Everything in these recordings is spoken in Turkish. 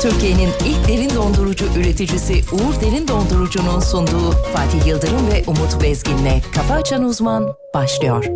Türkiye'nin ilk derin dondurucu üreticisi Uğur Derin Dondurucu'nun sunduğu Fatih Yıldırım ve Umut Bezgin'le Kafa Açan Uzman başlıyor.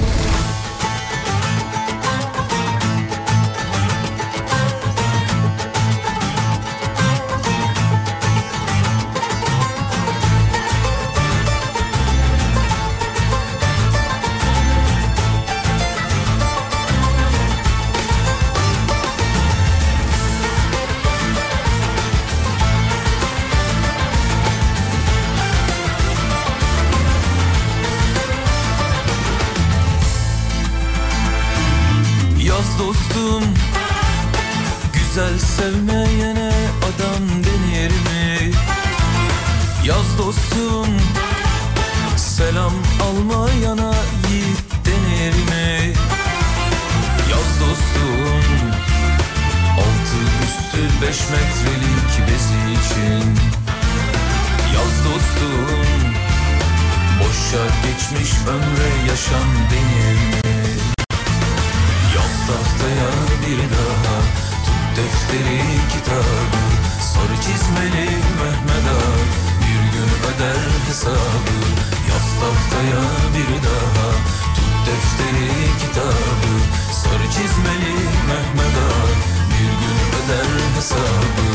Güzel sevmeyene adam denir mi? Yaz dostum, selam almayana yiğit denir mi? Yaz dostum, altı üstü 5 metrelik bezi için. Yaz dostum, boşa geçmiş ömre yaşam denir mi? Yaz tahtaya bir daha, defteri kitabı, sarı çizmeli Mehmet Ağa bir gün öder hesabı. Yaz tahtaya bir daha, tut defteri kitabı, sarı çizmeli Mehmet Ağa bir gün öder hesabı.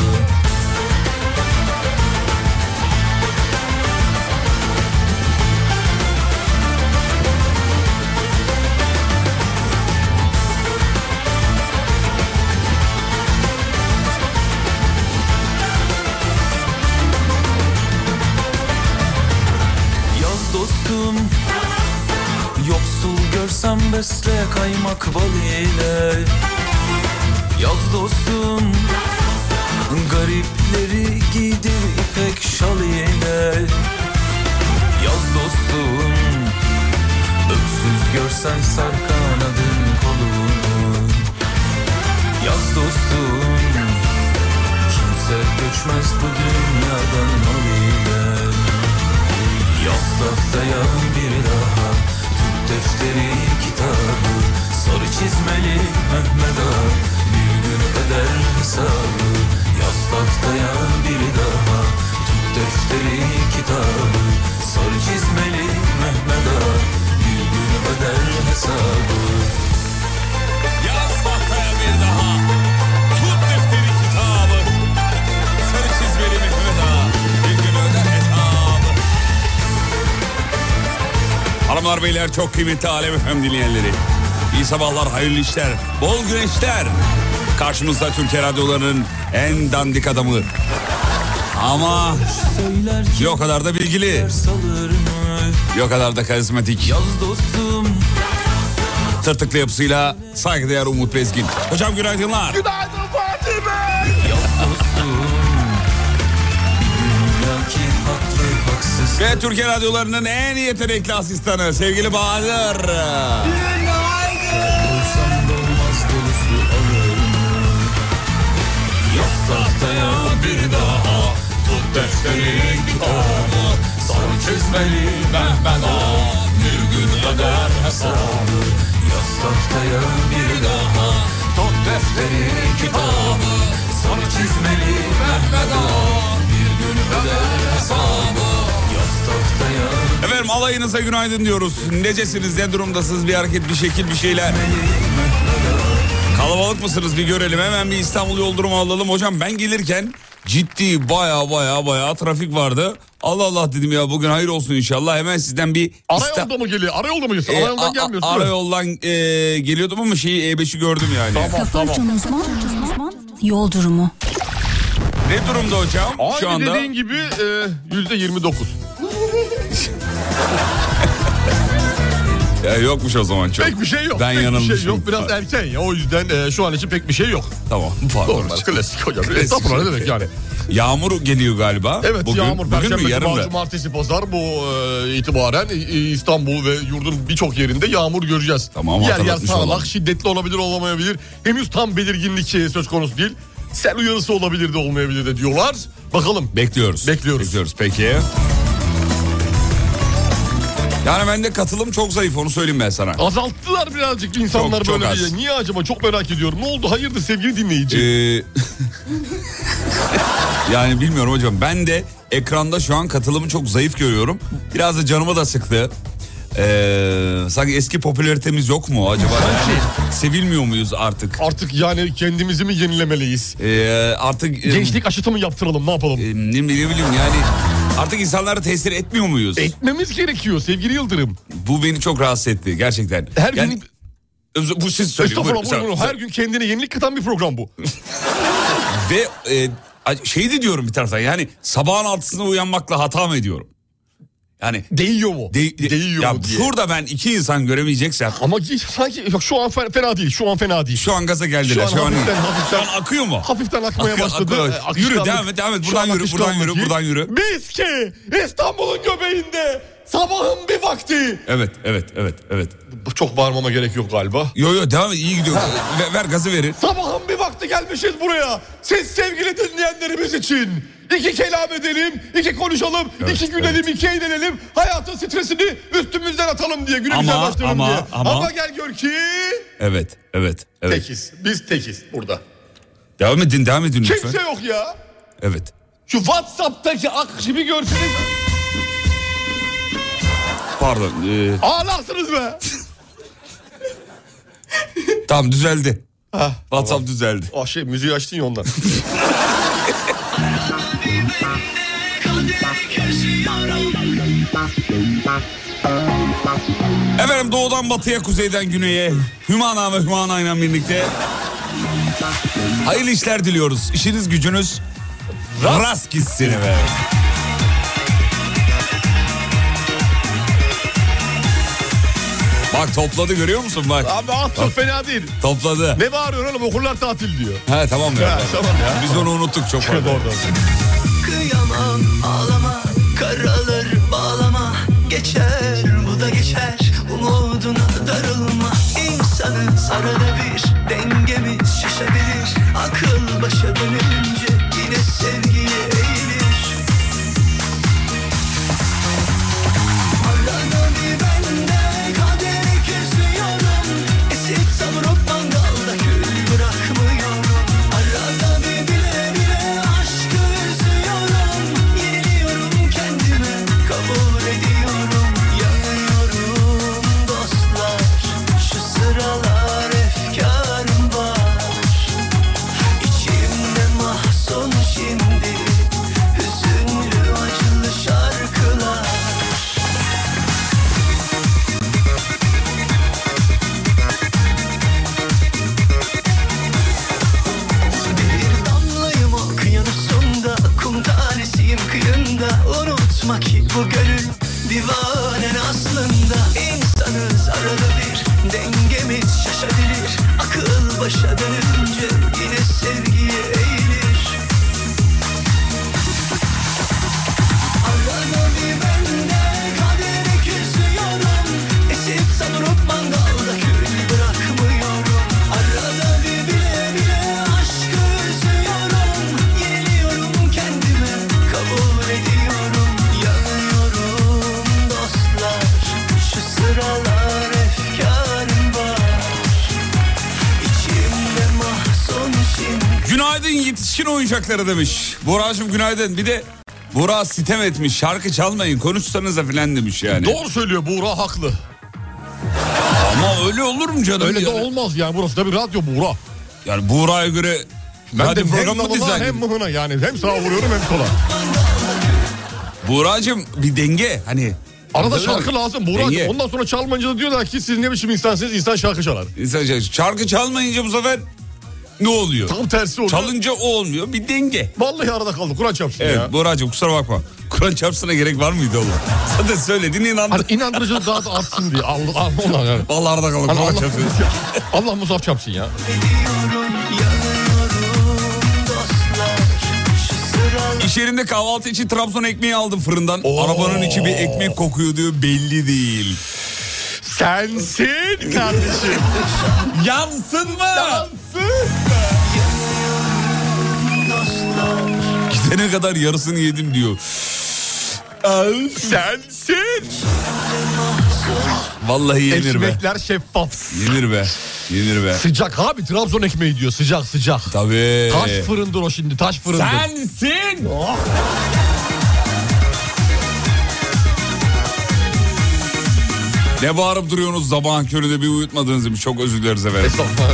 Yoksul görsem besle kaymak bal ile. Yaz dostum, garipleri giydir ipek şal ile. Yaz dostum, öksüz görsen sar kanadın kolunu. Yaz dostum, kimse göçmez bu dünyadan mal ile. Yaz tahtaya bir daha, tut defteri kitabı, sarı çizmeli Mehmet Ağa bir gün öder hesabı. Yaz tahtaya bir daha, tut defteri kitabı, sarı çizmeli Mehmet Ağa bir gün öder hesabı. Yaz tahtaya bir daha, tut defteri kitabı, sarı çizmeli Mehmet Ağa bir gün öder hesabı. Hanımlar beyler, çok kıymetli Alem FM dinleyenleri, İyi sabahlar, hayırlı işler, bol güneşler. Karşımızda Türkiye radyolarının en dandik adamı ama bir o kadar da bilgili, bir o kadar da karizmatik, tırtıklı yapısıyla saygıdeğer Umut Bezgin. Hocam günaydınlar. Günaydın Fatih Bey. Ve Türkiye radyolarının en yetenekli asistanı sevgili Bahadır. Tahtaya bir daha, tut defteri kitabı, sarı çizmeli Mehmet Ağa bir gün öder hesabı. Yaz tahtaya bir daha, tut defteri kitabı, sarı çizmeli Mehmet Ağa bir gün öder hesabı. Yaz tahtaya. Efendim alayınıza günaydın diyoruz. Necesiniz, ne durumdasınız, bir hareket, bir şekil, bir şeyler. Kalabalık mısınız bir görelim. Hemen bir İstanbul yol durumu alalım. Hocam ben gelirken ciddi baya trafik vardı. Allah Allah dedim ya, bugün hayır olsun inşallah. Hemen sizden bir... Arayolda mı geliyor? Arayolda mı geliyorsun? Arayoldan gelmiyorsun. Arayoldan geliyordum ama E5'i gördüm yani. Kafa Açan Uzman yol durumu. Ne durumda hocam Aynı şu anda? dediğin gibi %29. Ya yokmuş o zaman çok. Pek bir şey yok. Ben yanılmışım. Bir şey yok. Biraz erken ya. O yüzden şu an için pek bir şey yok. Tamam. Pardon. Normal, klasik hocam. Estağfurullah, ne demek yani. Yağmur geliyor galiba. Evet, bugün, yağmur. Bugün mü, Perşembe, yarın mı? cumartesi, pazar bu itibaren İstanbul ve yurdun birçok yerinde yağmur göreceğiz. Tamam, yer yer hatırlatmış sağanak, olalım. şiddetli olabilir, olamayabilir. Henüz tam belirginlik söz konusu değil. Sel uyarısı olabilir de olmayabilir de diyorlar. Bakalım. Bekliyoruz. Peki. Yani bende katılım çok zayıf, onu söyleyeyim ben sana. Azalttılar birazcık insanlar çok böyle az. diye. Niye acaba, çok merak ediyorum. Ne oldu, hayırdır sevgili dinleyici? Yani bilmiyorum hocam. Ben de ekranda şu an katılımı çok zayıf görüyorum. Biraz da canımı da sıktı. Sanki eski popülaritemiz yok mu acaba? Yani sevilmiyor muyuz artık? Artık yani kendimizi mi yenilemeliyiz? Artık gençlik aşıtı mı yaptıralım, ne yapalım? Ne bileyim yani artık insanlara tesir etmiyor muyuz? Etmemiz gerekiyor sevgili Yıldırım. Bu beni çok rahatsız etti gerçekten. Her yani, gün... Bu siz söyleyin. Estağfurullah, her gün kendine yenilik katan bir program bu. Ve şey de diyorum bir taraftan, yani sabahın 6'sında uyanmakla hata mı ediyorum? Yani değiyor mu? Değiyor ya mu diye. Şurada ben iki insan göremeyeceksem. Ama sanki yok, şu an fena değil. Şu an fena değil. Şu an gaza geldiler. Şu an akıyor mu? Hafiften akmaya başladı. Yürü, devam et. Buradan yürü. Biz ki İstanbul'un göbeğinde sabahın bir vakti. Evet. Çok bağırmama gerek yok galiba. Yo devam et, iyi gidiyor. Ver gazı verin. Sabahın bir vakti gelmişiz buraya. Siz sevgili dinleyenlerimiz için. 2 kelam edelim, 2 konuşalım, 2 gülelim, 2 eğlenelim. Hayatın stresini üstümüzden atalım diye, günümüze başlayalım diye. Ama gel gör ki... Evet. Tekiz, biz tekiz burada. Devam edin lütfen. Kimse yok ya. Evet. Şu WhatsApp'taki akışımı görseniz... Pardon. Ağlarsınız be. Tamam, düzeldi. WhatsApp tamam. Düzeldi. Müziği açtın ya ondan. Efendim, doğudan batıya, kuzeyden güneye, Hümana ve Hümana ile birlikte hayırlı işler diliyoruz. İşiniz gücünüz rast gitsin efendim. Bak topladı, görüyor musun bak. Abi çok fena değil. Topladı. Ne bağırıyorsun oğlum, okullar tatil diyor. He tamam ya. Tamam ya. Biz onu unuttuk çok fazla. Kıyamam, ağlama, karalır bağlama. Geçer, bu da geçer, umuduna darılma. İnsanız arada bir, dengemiz şaşabilir. Akıl başa dönünce yine sevgiye eğilir. Arada bir bende kaderi küsüyorum. Esip savurup mangalda kül bırakmıyorum. Arada bir bile bile aşkı üzüyorum. Yeniliyorum kendime, kabul ediyorum. Yanıyorum dostlar, şu sıralar efkarım var. İçimde mahzun şimdi, hüzünlü acılı şarkılar. Bir damlayım okyanusunda, kum tanesiyim kıyında. Unutma ki bu gönül divanen aslında. İnsanız arada bir, dengemiz şaşabilir. Akıl başa dönünce yine sevgiye eğilir. Arada bir bende kadere küsüyorum. Esip savurup mangalda kül bırakmıyorum. Arada bir bile bile aşkı üzüyorum. Yeniliyorum kendime, kabul ediyorum. Yanıyorum dostlar, şu sıralar efkarım var. İçimde mahzun şimdi. Günaydın yetişkin oyuncakları demiş. Buracığım günaydın. Bir de Burak sitem etmiş. Şarkı çalmayın, konuşsanıza filan demiş yani. Doğru söylüyor, Buğra haklı. Ama öyle olur mu canım? Öyle de olmaz yani, burası da bir radyo Buğra. Yani Buğra'ya göre ben de hem programı dizayn hem mıhına, yani hem sağa vuruyorum hem sola. Buğra'cığım bir denge hani. Arada şarkı lazım Buğra. Ondan sonra çalmayınca da diyorlar ki siz ne biçim insansınız, insan şarkı çalar. Şarkı çalmayınca bu sefer ne oluyor? Tam tersi oluyor. Çalınca o olmuyor, bir denge. Vallahi arada kaldı, Kur'an çarpsın evet, ya. Evet Buğra'cığım kusura bakma. Kur'an çarpsına gerek var mıydı oğlum? Zaten söyledin, inandım. Hani inandırıcılık daha da artsın diye. Allah yani. Vallahi arada kaldı, Kur'an çarpsın. Allah musaf çarpsın ya. İş yerinde kahvaltı için Trabzon ekmeği aldım fırından. Arabanın içi bir ekmek kokuyor diyor, belli değil. Sensin kardeşim. Yansın mı? Yansın. Gidene kadar yarısını yedim diyor. Sensin. Vallahi yenir be. Ekmekler şeffaf. Yenir be. Yenir be. Sıcak abi, Trabzon ekmeği diyor, sıcak sıcak. Tabii. Taş fırındır o şimdi, taş fırındır. Sensin. Oh. Ne bağırıp duruyorsunuz sabahın köründe, bir uyutmadınız demiş. Çok özür dileriz efendim.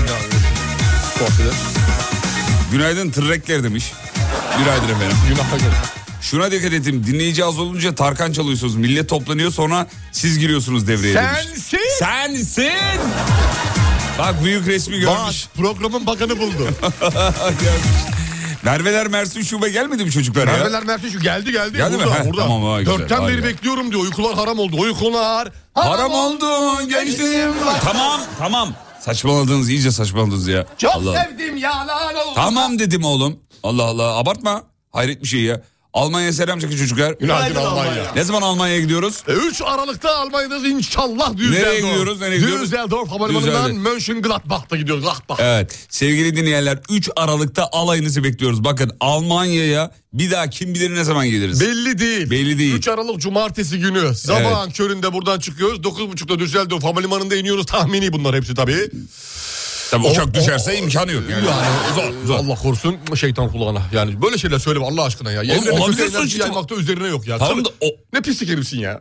Günaydın tırrekler demiş. Günaydın efendim. Günaydın. Şuna dikkat edin, dinleyici az olunca Tarkan çalıyorsunuz. Millet toplanıyor, sonra siz giriyorsunuz devreye demiş. Sensin. Bak büyük resmi görmüş. Bak, programın bakanı buldu. Merveler Mersin Şube gelmedi mi çocuklar ya? Merveler Mersin şu geldi. Geldi mi? Burada. Tamam, ha, güzel. 4'ten beri Harika. bekliyorum diyor. Uykular haram oldu. Uykular Haram oldu gençliğim. Tamam. Saçmaladınız, iyice saçmaladınız ya. Çok Allah. sevdim yalan oldu. Tamam dedim oğlum. Allah Allah, abartma. Hayret bir şey ya. Almanya'ya selam çakın çocuklar. Günaydın Almanya. Ne zaman Almanya'ya gidiyoruz? 3 Aralık'ta Almanya'dayız inşallah. Düsseldorf. Nereye gidiyoruz? Düsseldorf havalimanından Mönchengladbach'ta gidiyoruz. Gladbach. Evet sevgili dinleyenler, 3 Aralık'ta alayınızı bekliyoruz. Bakın Almanya'ya bir daha kim bilir ne zaman geliriz. Belli değil. 3 Aralık Cumartesi günü sabahın köründe buradan çıkıyoruz. 9.30'da Düsseldorf havalimanında iniyoruz. Tahmini bunlar hepsi tabii. Tabii uçak düşerse imkanı yok. Yani zor. Allah korusun şeytan kulağına. Yani böyle şeyler söyleme Allah aşkına ya. Oğlum, olabilir sonuçta. Yaymakta üzerine yok ya. Tamam da ne pislik herifsin ya.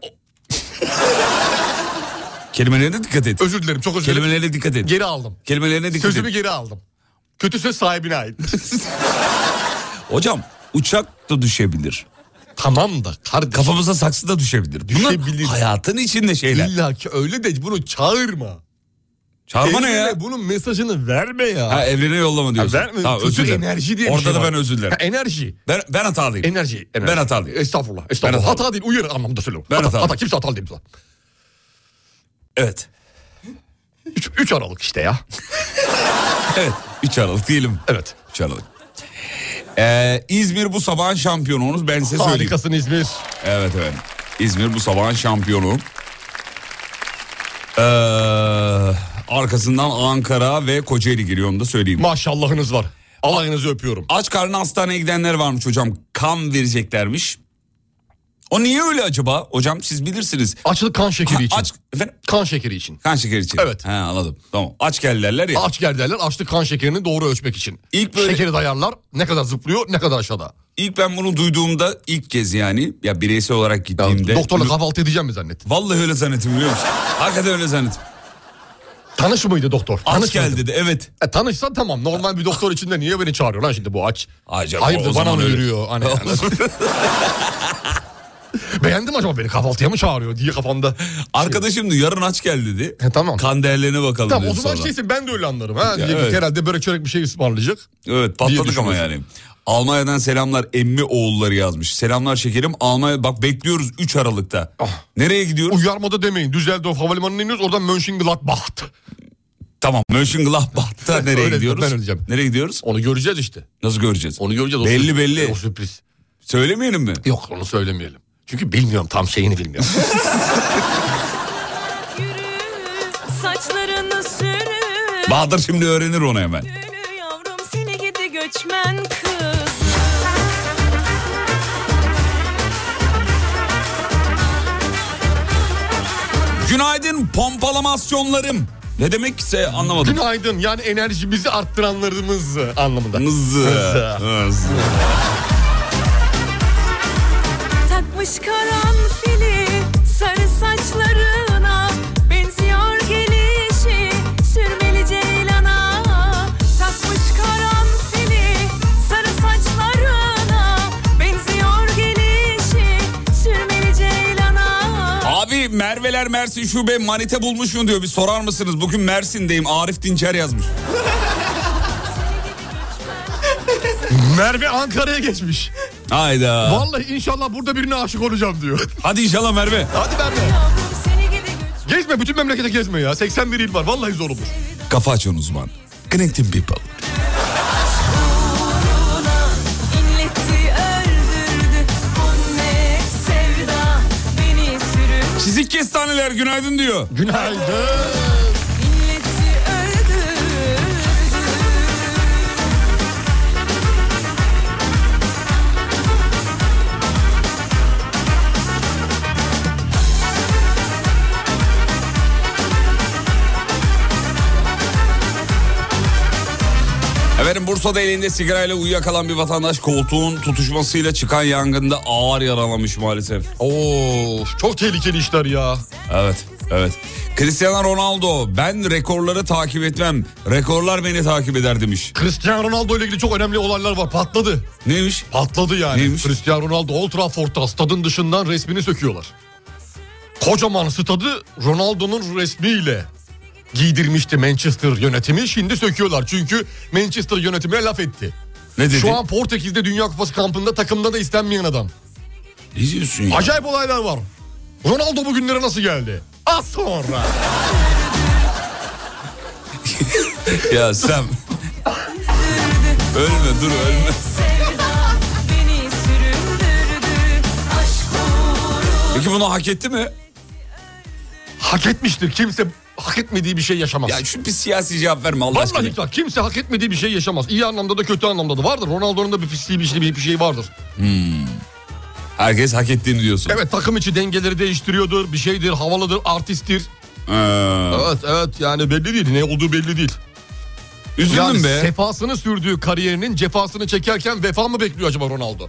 Kelimelerine dikkat et. Özür dilerim, çok özür dilerim. Kelimelerine dikkat et. Geri aldım. Kelimelerine dikkat Sözümü et. geri aldım. Kötü söz sahibine ait. Hocam uçak da düşebilir. Tamam da kardeşim. Kafamıza saksı da düşebilir. Bunlar Düşebilir. hayatın içinde şeyler. İlla ki öyle de bunu çağırma. Çağırma ne ya? Bunun mesajını verme ya. Ha, evrene yollama diyorsun. Verme. Tamam, Kötü özür dilerim. enerji diye bir Orada şey da var. ben özür dilerim. Enerji. Ben hatalıyım. Enerji. Ben hatalıyım. Estağfurullah. Ben Hata değil, uyarı anlamında söylüyorum. Ben hatalıyım. Hata, kimse hatalı değil. Evet. 3 Aralık işte ya. Evet. 3 Aralık diyelim. Evet. 3 Aralık. İzmir bu sabahın şampiyonumuz, ben size söyleyeyim. Harikasın İzmir. Evet. İzmir bu sabahın şampiyonu. Arkasından Ankara ve Kocaeli geliyor, onu da söyleyeyim. Maşallahınız var. Allah'ınızı öpüyorum. Aç karnına hastaneye gidenler varmış hocam. Kan vereceklermiş. O niye öyle acaba? Hocam siz bilirsiniz. Açlık kan şekeri için. Efendim? Kan şekeri için. Kan şekeri için. Evet. He, anladım. Tamam. Aç gelirler ya. Aç gel derler, açlık kan şekerini doğru ölçmek için. İlk böyle... Şekeri dayarlar, ne kadar zıplıyor ne kadar aşağıda. İlk ben bunu duyduğumda, ilk kez yani ya bireysel olarak gittiğimde. Ya, doktorla kahvaltı edeceğim mi zannettin? Vallahi öyle zannettim, biliyor musun? Hakikaten öyle zannettim. Tanış mıydı doktor? Aç gel dedi, evet. Tanışsan tamam, normal bir doktor içinde niye beni çağırıyor lan şimdi bu aç? Acaba hayırdır bana mı yürüyor? Hani beğendim acaba, beni kahvaltıya mı çağırıyor diye kafamda. Arkadaşım da yarın aç gel dedi. Tamam. Kan değerlerine bakalım Tamam, dedi o zaman sonra. şeyse ben de öyle anlarım. Ha? Ya, Evet. Herhalde börek çörek bir şey ısmarlayacak. Evet, patladık ama düşünüyorsun. yani. Almanya'dan selamlar, emmi oğulları yazmış. Selamlar şekerim. Almanya, bak bekliyoruz 3 Aralık'ta. Nereye gidiyoruz? Uyarmada demeyin. Düsseldorf havalimanına iniyoruz, oradan Mönchengladbach. Tamam, Mönchengladbach'ta nereye Öyle gidiyoruz? ben öleceğim. Nereye gidiyoruz? Onu göreceğiz işte. Nasıl göreceğiz? Onu göreceğiz. Belli. O sürpriz. Söylemeyelim mi? Yok, onu söylemeyelim. Çünkü bilmiyorum, tam şeyini bilmiyorum. Saçlarını sürü. Bahadır şimdi öğrenir onu hemen. Yavrum seni gidi göçmen kız. Günaydın pompalamasyonlarım. Ne demekse anlamadım. Günaydın, yani enerjimizi arttıranlarımız anlamında. Hızlı. Takmış karanfili sarı saçlarına, benziyor gelişi sürmeli ceylana. Takmış karanfili sarı saçlarına, benziyor gelişi sürmeli ceylana. Abi Merveler Mersin Şube manite bulmuş mu diyor, bir sorar mısınız? Bugün Mersin'deyim, Arif Dinçer yazmış. Merve Ankara'ya geçmiş. Hayda. Vallahi inşallah burada birine aşık olacağım diyor. Hadi inşallah Merve. Hadi Merve. Yavrum seni gidi göçmen. Gezme, bütün memlekete gezme ya. 81 il var, vallahi zor olur. Kafa açan uzman. Connecting people. İnletti öldürdü bu ne sevda, beni sürüp Çizik kestaneler günaydın diyor. Günaydın. İnletti öldürdü. Bursa'da elinde sigarayla uyuyakalan bir vatandaş koltuğun tutuşmasıyla çıkan yangında ağır yaralamış maalesef. Of, çok tehlikeli işler ya. Evet. Cristiano Ronaldo, ben rekorları takip etmem, rekorlar beni takip eder demiş. Cristiano Ronaldo ile ilgili çok önemli olaylar var. Patladı. Neymiş? Patladı yani. Neymiş? Cristiano Ronaldo Old Trafford'da stadın dışından resmini söküyorlar. Kocaman stadı Ronaldo'nun resmiyle giydirmişti Manchester yönetimi. Şimdi söküyorlar çünkü Manchester yönetimine laf etti. Ne dedi? Şu an Portekiz'de Dünya Kupası kampında takımda da istenmeyen adam. Ne diyorsun ya? Acayip olaylar var. Ronaldo bugünlere nasıl geldi? Az sonra. Ya sen... Ölme, dur ölme. Peki bunu hak etti mi? Hak etmiştir. Kimse hak etmediği bir şey yaşamaz. Ya şu bir siyasi cevap verme Allah aşkına. Vallahi bak, kimse hak etmediği bir şey yaşamaz. İyi anlamda da kötü anlamda da vardır. Ronaldo'nun da bir pisliği bir şey vardır. Herkes hak ettiğini diyorsun. Evet, takım içi dengeleri değiştiriyordur. Bir şeydir, havalıdır, artisttir. Evet yani belli değil. Ne olduğu belli değil. Üzüldüm yani be. Sefasını sürdüğü kariyerinin cefasını çekerken vefa mı bekliyor acaba Ronaldo?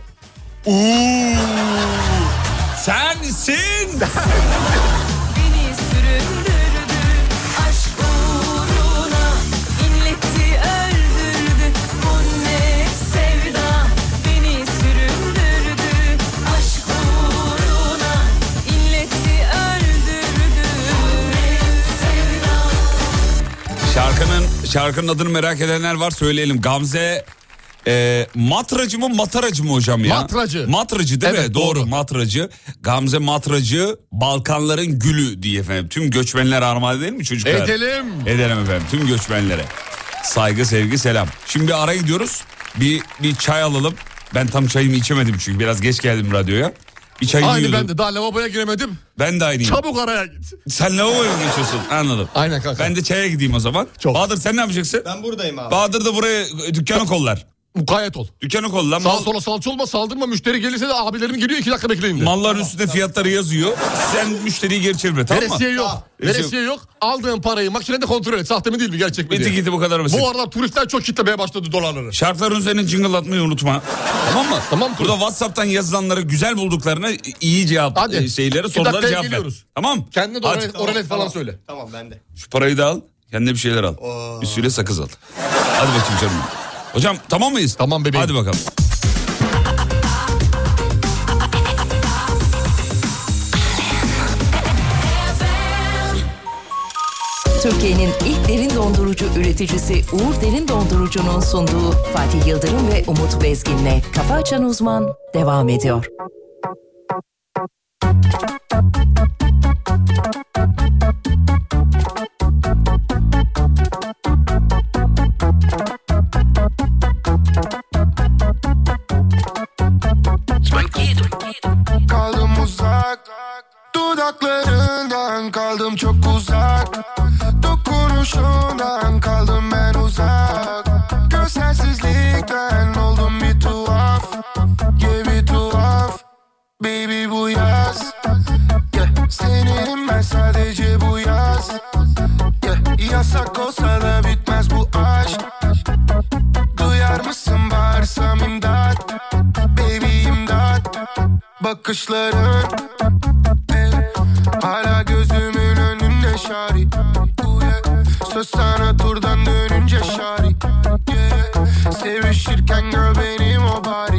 Sensin. Beni süründürdü, aşk uğruna inletti, öldürdü. Bu ne sevda, beni süründürdü, aşk uğruna inletti, öldürdü. Bu ne sevda. Şarkının adını merak edenler var, söyleyelim. Gamze Matracı mı Mataracı mı hocam ya? Matracı. Matracı değil evet, mi? Doğru Matracı. Gamze Matracı, Balkanların gülü diye efendim. Tüm göçmenler armağan edelim mi çocuklar? Edelim. Edelim efendim tüm göçmenlere. Saygı, sevgi, selam. Şimdi ara gidiyoruz. Bir çay alalım. Ben tam çayımı içemedim çünkü biraz geç geldim radyoya. Bir çay Aynı yiyordum. ben de daha lavaboya giremedim. Ben de aynıyım. Çabuk araya git. Sen lavaboya mı geçiyorsun? Anladım. Aynen kanka. Ben de çaya gideyim o zaman. Çok. Bahadır sen ne yapacaksın? Ben buradayım abi. Bahadır da buraya dükkanı kollar. Mukayyet ol. Dükkanı kolla. Sağa sola salça olma, saldırma, müşteri gelirse de abilerim geliyor 2 dakika bekleyin de. Malların üstünde fiyatları yazıyor. Sen müşteriyi geri çevirme, tamam mı? Veresiye yok. Veresiye yok. Aldığın parayı makinede kontrol et. Sahte mi değil mi, gerçek mi diye. Etiketi bu kadar basit. Bu aralar turistler çok kitlemeye başladı dolarları. Şarkıların üzerine jingle atmayı unutma. Tamam mı? Tamam. Burada WhatsApp'tan yazılanları güzel bulduklarına iyi cevap Hadi. şeyleri, 2 soruları dakikaya cevap ver. geliyoruz. Tamam. Kendine de Hadi. oralet falan söyle. Tamam bende. Şu parayı da al. Kendine bir şeyler al. Üstüne sakız al. Hadi bakayım canım. Hocam tamam mıyız? Tamam bebeğim. Hadi bakalım. Türkiye'nin ilk derin dondurucu üreticisi Uğur Derin Dondurucu'nun sunduğu Fatih Yıldırım ve Umut Bezgin'le Kafa Açan Uzman devam ediyor. Kaldım uzak, dudaklarından kaldım çok uzak. Dokunuşundan kaldım ben uzak. Görselsizlikten oldum bir tuhaf. Yeah, bir tuhaf. Baby bu yaz, yeah, senin ben sadece bu yaz. Yeah, yasak olsa da bitmez bu aşk. Duyar mısın bağırsam imdat. Baby imdat. Bakışların hala gözümün önünde şari. Söz sana turdan dönünce şari. Sevişirken gör benim o bari.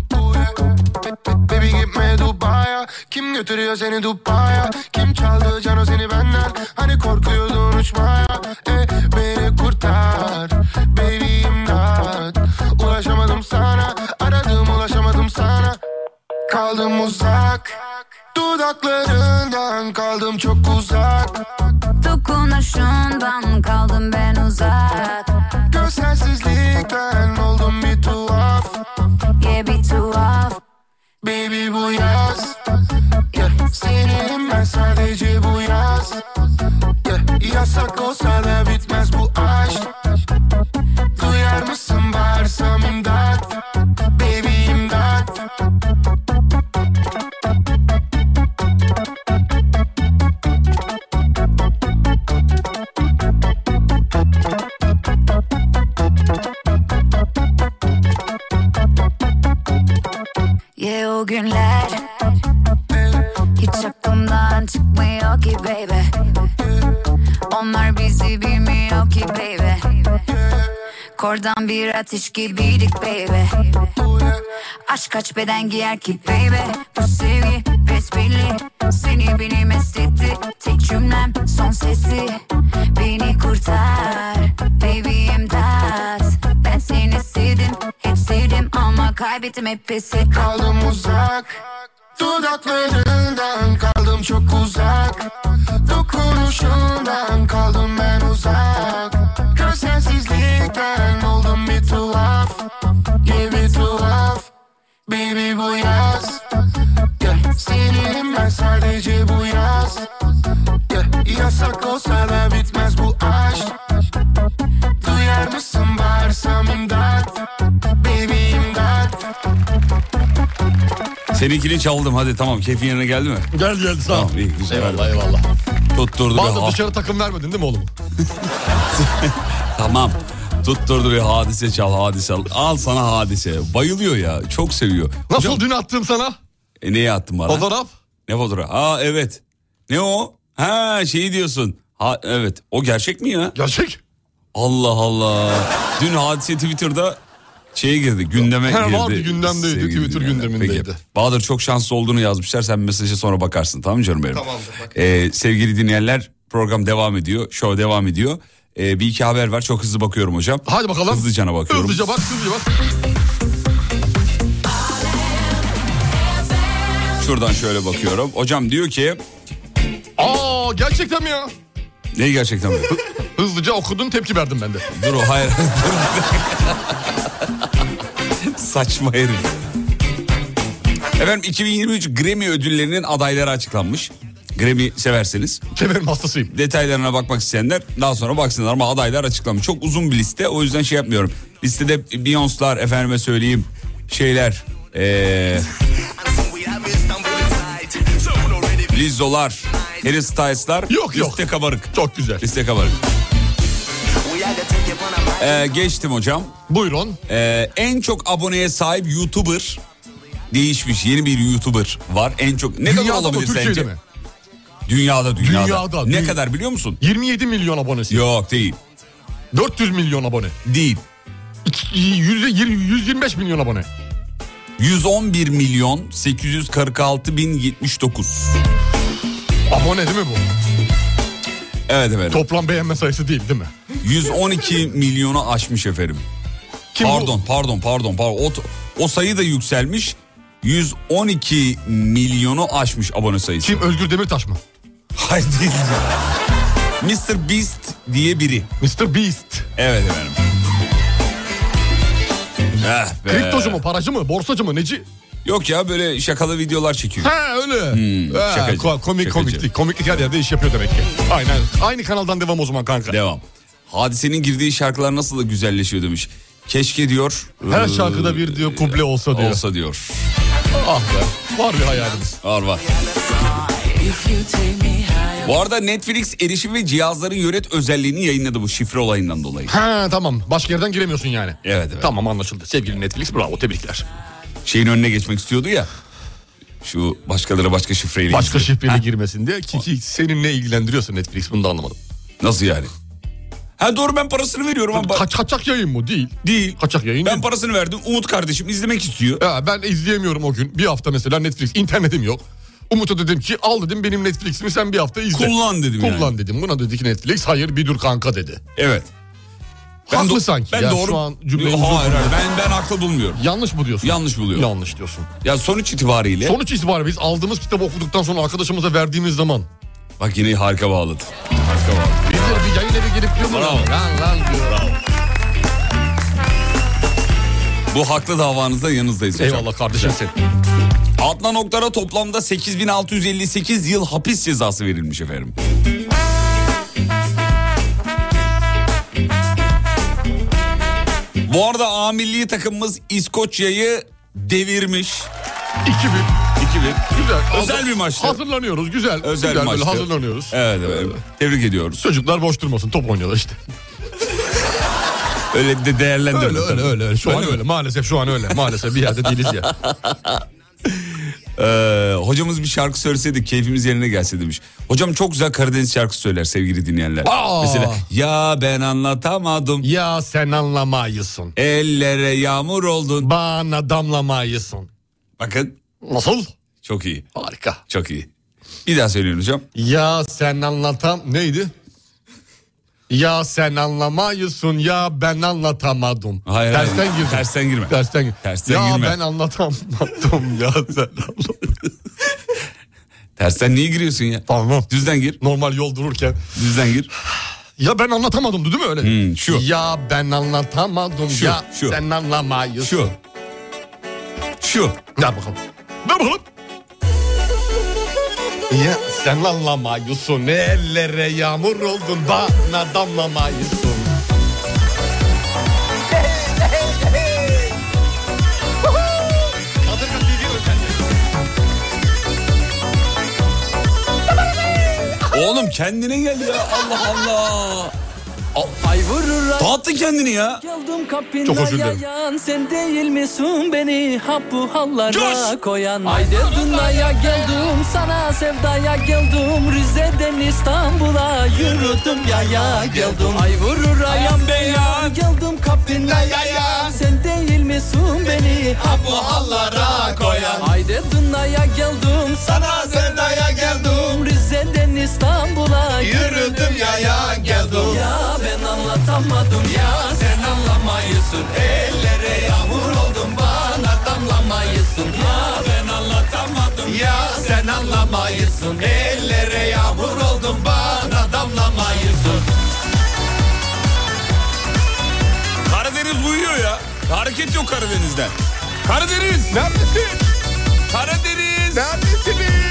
Baby gitme Dubai'ya. Kim götürüyor seni Dubai'ya? Kim çaldı cano seni benden? Hani korkuyordun uçmaya. Beni kurtar baby imdat. Ulaşamadım sana, aradım ulaşamadım sana. Kaldım uzak, dudaklarından kaldım çok uzak. Dokunuşundan kaldım ben uzak. Görselsizlikten oldum bir tuhaf. Yeah, bir tuhaf. Baby bu yaz, yeah, senin ben sadece bu yaz. Yeah, yasak olsa da bitmez bu aşk. Duyar mısın bağırsam imdat. Baby imdat. Keşke o günler hiç aklımdan çıkmıyor ki baby. Onlar bizi bilmiyor ki baby. Kordan bir ateş gibiydik baby. Aşk kaç beden giyer ki baby. Bu sevgi besbelli, seni beni mest etti. Tek cümlem son sesi, beni kurtar baby imdat. Ben seni sevdim, hep sevdim ama kaybettim hep pes ettim. Kaldım uzak, dudaklarından kaldım çok uzak. Dokunuşundan kaldım ben uzak. Gözsensizlikten oldum bir tuhaf. Yeah bir tuhaf, baby bu yaz. Yeah, seninim ben sadece bu yaz. Yeah, yasak olsa da bitmez bu aşk. Duyar mısın bağırsam imdat, baby imdat. Seninkini çaldım hadi tamam, keyfin yerine geldi mi? Geldi sağ ol. Tamam, iyi, güzel. Eyvallah eyvallah. Tutturdu Bazen bir dışarı takım vermedin değil mi oğlum? Tamam. Tutturdu bir hadise çal, hadise al. Al sana hadise. Bayılıyor ya, çok seviyor. Nasıl Hocam, dün attım sana? Neye attın bana? Fotoğraf. Ne fotoğraf? Aa evet. Ne o? Ha şeyi diyorsun. Ha evet. O gerçek mi ya? Gerçek. Allah Allah. Dün hadise Twitter'da şeye girdi, gündeme girdi. Vardı gündemdeydi, Sevgili Twitter dinleyenler. gündemindeydi. Peki. Bahadır çok şanslı olduğunu yazmışlar. Sen mesaja sonra bakarsın, tamam mı canım benim? Tamamdır, bak. Sevgili dinleyenler, program devam ediyor. Show devam ediyor. Bir iki haber var. Çok hızlı bakıyorum hocam. Hadi bakalım. Hızlıcana bakıyorum. Hızlıca bak, hızlıca bak. Şuradan şöyle bakıyorum. Hocam diyor ki... Aa gerçekten mi ya? Ne gerçekten mi? Hızlıca okudun, tepki verdim ben de. Dur o hayır. Saçma herif. Efendim 2023 Grammy ödüllerinin adayları açıklanmış. Grammy severseniz. Severim, hastasıyım. Detaylarına bakmak isteyenler daha sonra baksınlar ama adaylar açıklanmış. Çok uzun bir liste, o yüzden şey yapmıyorum. Listede Beyoncé'lar, efendime söyleyeyim şeyler. Lizzo'lar, Harry Styles'lar. Yok. Liste kabarık. Çok güzel. Liste kabarık. Geçtim hocam. Buyurun. En çok aboneye sahip YouTuber değişmiş. Yeni bir YouTuber var. En çok ne kadar Dünyada mı, olabilir Türkiye'de sence? mi? Dünyada. Dünyada. Ne kadar biliyor musun? 27 milyon abonesi. Yok değil. 400 milyon abone. Değil. 125 milyon abone. 111 milyon 846 bin 79. Abone değil mi bu? Evet efendim. Toplam beğenme sayısı değil mi? 112 milyonu aşmış efendim. Kim Pardon. O sayı da yükselmiş. 112 milyonu aşmış abone sayısı. Kim, Özgür Demirtaş mı? Hayır değil. Mr. Beast diye biri. Mr. Beast. Evet efendim. Kriptocu mu, paracı mı, borsacı mı, neci? Yok ya, böyle şakalı videolar çekiyor. Ha öyle. Şakacı. Komiklik her yerde iş yapıyor demek ki. Aynen. Aynı kanaldan devam o zaman kanka. Devam. Hadisenin girdiği şarkılar nasıl da güzelleşiyor demiş. Keşke diyor. Her şarkıda bir diyor kuble olsa diyor. Olsa diyor. Ah be. Var bir hayalimiz. Var. Bu arada Netflix erişim ve cihazların yönet özelliğini yayınladı bu şifre olayından dolayı. Ha tamam. Başka yerden giremiyorsun yani. Evet. Tamam, anlaşıldı. Sevgili Netflix, bravo, tebrikler. Şeyin önüne geçmek istiyordu ya. Şu başkaları başka şifreyle. Başka şifreyle girmesin diye ki senin ne ilgilendiriyorsa Netflix, bunu da anlamadım. Nasıl yani? Ha doğru, ben parasını veriyorum ama. Kaçak yayın mı? Değil. Kaçak yayın Ben değil. parasını verdim. Umut kardeşim izlemek istiyor. Ya ben izleyemiyorum o gün. Bir hafta mesela Netflix, internetim yok. Umut'a dedim ki al dedim benim Netflix'imi sen bir hafta izle. Kullan dedim Kullan dedim. Buna dedi ki Netflix hayır bir dur kanka dedi. Evet. Haklı sanki. Ben ya doğru. Şu an cümleyi Hayır. Ben haklı bulmuyorum. Yanlış mı diyorsun? Yanlış buluyorum. Yanlış diyorsun. Ya sonuç itibariyle. Sonuç itibariyle biz aldığımız kitabı okuduktan sonra arkadaşımıza verdiğimiz zaman. Bak yine harika bağladı. Bir yayın evi gelip diyor. Bravo. Lan diyor. Bravo. Bu haklı davanızda yanınızdayız hocam. Eyvallah kardeşim sen. Adnan Oktar'a toplamda 8658 yıl hapis cezası verilmiş efendim. Bu arada A milli takımımız İskoçya'yı devirmiş. 2-1. Güzel. Özel bir maçtı. Hazırlanıyoruz. Güzel. Özel güzel, maçtı. böyle hazırlanıyoruz. Evet. Tebrik ediyoruz. Çocuklar boş durmasın. Top oynuyorlar işte. Öyle de değerlendirdim. Öyle. Şu an öyle. Maalesef şu an öyle. Maalesef bir yerde değiliz ya. Hocamız bir şarkı söyleseydik keyfimiz yerine gelse demiş. Hocam çok güzel Karadeniz şarkısı söyler sevgili dinleyenler. Mesela ya ben anlatamadım. Ya sen anlamayısın. Ellere yağmur oldun. Bana damlamayısın. Bakın. Nasıl? Çok iyi. Harika. Çok iyi. Bir daha söyleyin hocam. Ya sen neydi? Ya sen anlamayısın ya ben anlatamadım. Hayır, Tersten girme. Tersten girme. Tersten ya girme. ben anlatamadım ya sen Tersten niye giriyorsun ya? Tamam. Düzden gir. Normal yol dururken. Düzden gir. Ya ben anlatamadım değil mi öyle? Şu. Ya ben anlatamadım Şu, ya şu. sen anlamayısın. Şu. Ya bakalım. Ne bakalım? Ya sen anlamayısın ellere yağmur oldun bana damlamayısın. Oğlum kendine gel ya Allah Allah. Ay vurur Dağıttın kendini ya. geldim kapına Çok özür dilerim. yayan, sen değil misin beni hap bu hallara Coş! koyan. Haydi dünyaya geldim sana sevdaya geldim, Rize'den İstanbul'a yürüdüm yaya geldim. Ay vurur ayan beyan geldim kapına yayan, sen değil misin beni hap bu hallara koyan. Haydi dünyaya geldim sana sevdaya geldim, Rize'den İstanbul'a yürüdüm yaya geldim. Ya ben anlatamadım ya sen anlamayısın, ellere yağmur oldum bana damlamayısın. Ya ben anlatamadım ya sen anlamayısın, ellere yağmur oldum bana damlamayısın. Karadeniz uyuyor ya. Hareket yok Karadeniz'den. Karadeniz. Neredesin? Karadeniz. Neredesiniz?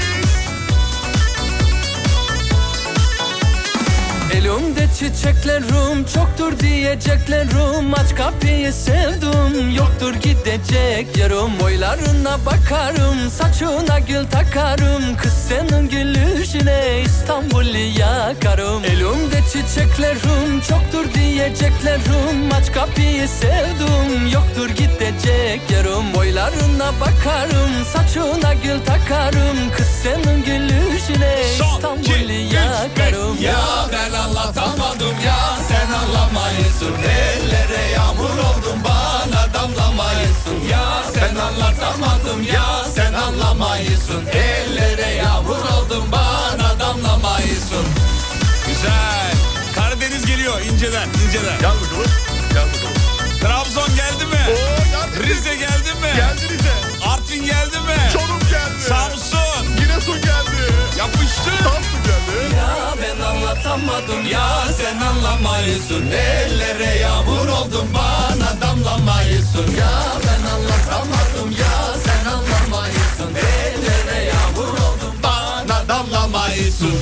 Elimde çiçeklerim çoktur diyeceklerim, aç kapıyı sevdim yoktur gidecek yerim. Boylarına bakarım saçına gül takarım, kız senin gülüşüne İstanbul'u yakarım. Elimde çiçeklerim çoktur diyeceklerim, aç kapıyı sevdim yoktur gidecek yerim. Boylarına bakarım saçına gül takarım, kız senin gülüşüne İstanbul'u yakarım. Ya ben anlatamadım ya sen anlamayısın, ellere yağmur oldum bana damlamayısın. Ya sen anlatamadım ya sen anlamayısın, ellere yağmur oldum bana damlamayısın. Güzel. Karadeniz geliyor inceden. Gel bakalım. Gel bakalım. Trabzon geldi mi? Oo, Rize geldi mi? Geldi Rize. Artvin geldi mi? Çorum geldi. Samsun. Giresun geldi. Yapıştı. Samsun geldi. Ya ben anlatamadım ya sen anlamayısın, ellere yağmur oldum bana damlamayısın. Ya ben anlatamadım ya sen anlamayısın, ellere yağmur oldum bana damlamayısın.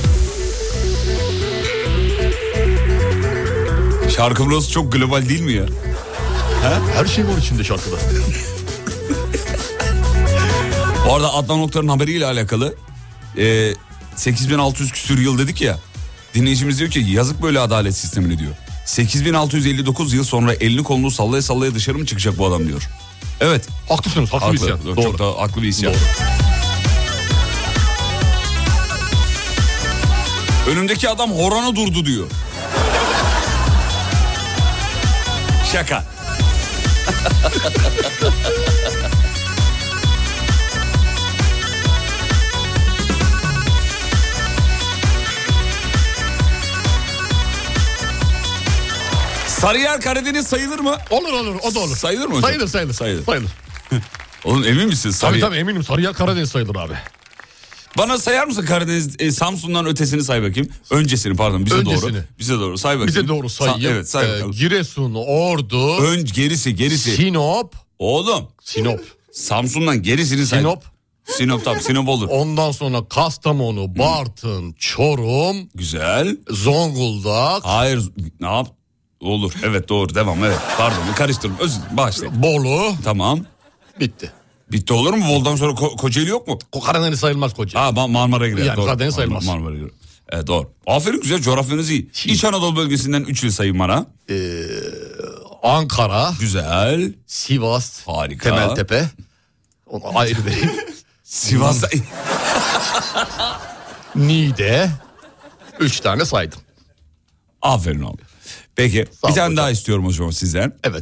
Şarkımız çok global değil mi ya? Her şey var içinde şarkıda. Bu arada Adnan Oktar'ın haberiyle alakalı 8600 küsür yıl dedik ya. Dinleyicimiz diyor ki yazık böyle adalet sistemini diyor. 8659 yıl sonra elini kolunu sallaya sallaya dışarı mı çıkacak bu adam diyor. Evet. Haklısınız. Haklı bir isyan. Doğru. Doğru. Çok da haklı bir isyan. Doğru. Önümdeki adam horona durdu diyor. Şaka. Sarıyer Karadeniz sayılır mı? Olur o da olur. Sayılır mı hocam? Sayılır. Oğlum emin misin? Tabii eminim Sarıyer Karadeniz sayılır abi. Bana sayar mısın Karadeniz Samsun'dan ötesini say bakayım. Öncesini pardon bize Öncesini. doğru. Bize doğru say bakayım. Bize doğru sayayım. Evet say bakalım. Giresun, Ordu, Gerisi. Sinop. Oğlum Sinop. Samsun'dan gerisini say. Sinop tabii Sinop olur. Ondan sonra Kastamonu, Bartın, Çorum. Güzel. Zonguldak. Hayır ne yap? Olur evet doğru devam evet. Pardon karıştırdım özür dilerim bağışlayın. Bolu. Tamam. Bitti. Bitti olur mu? Bolu'dan sonra Kocaeli yok mu? Karadeniz sayılmaz Kocaeli. Ha Marmara'ya girer. Yani doğru. Karadeniz sayılmaz. Marmara'ya girer. Evet doğru. Aferin güzel coğrafyanız iyi. İç Anadolu bölgesinden 3 il sayın bana. Ankara. Güzel. Sivas. Harika. Temeltepe. Onu ayrı vereyim. Sivas'ta... Niğde. 3 tane saydım. Aferin oğlum. Peki bir tane daha istiyorum hocam sizden. Evet.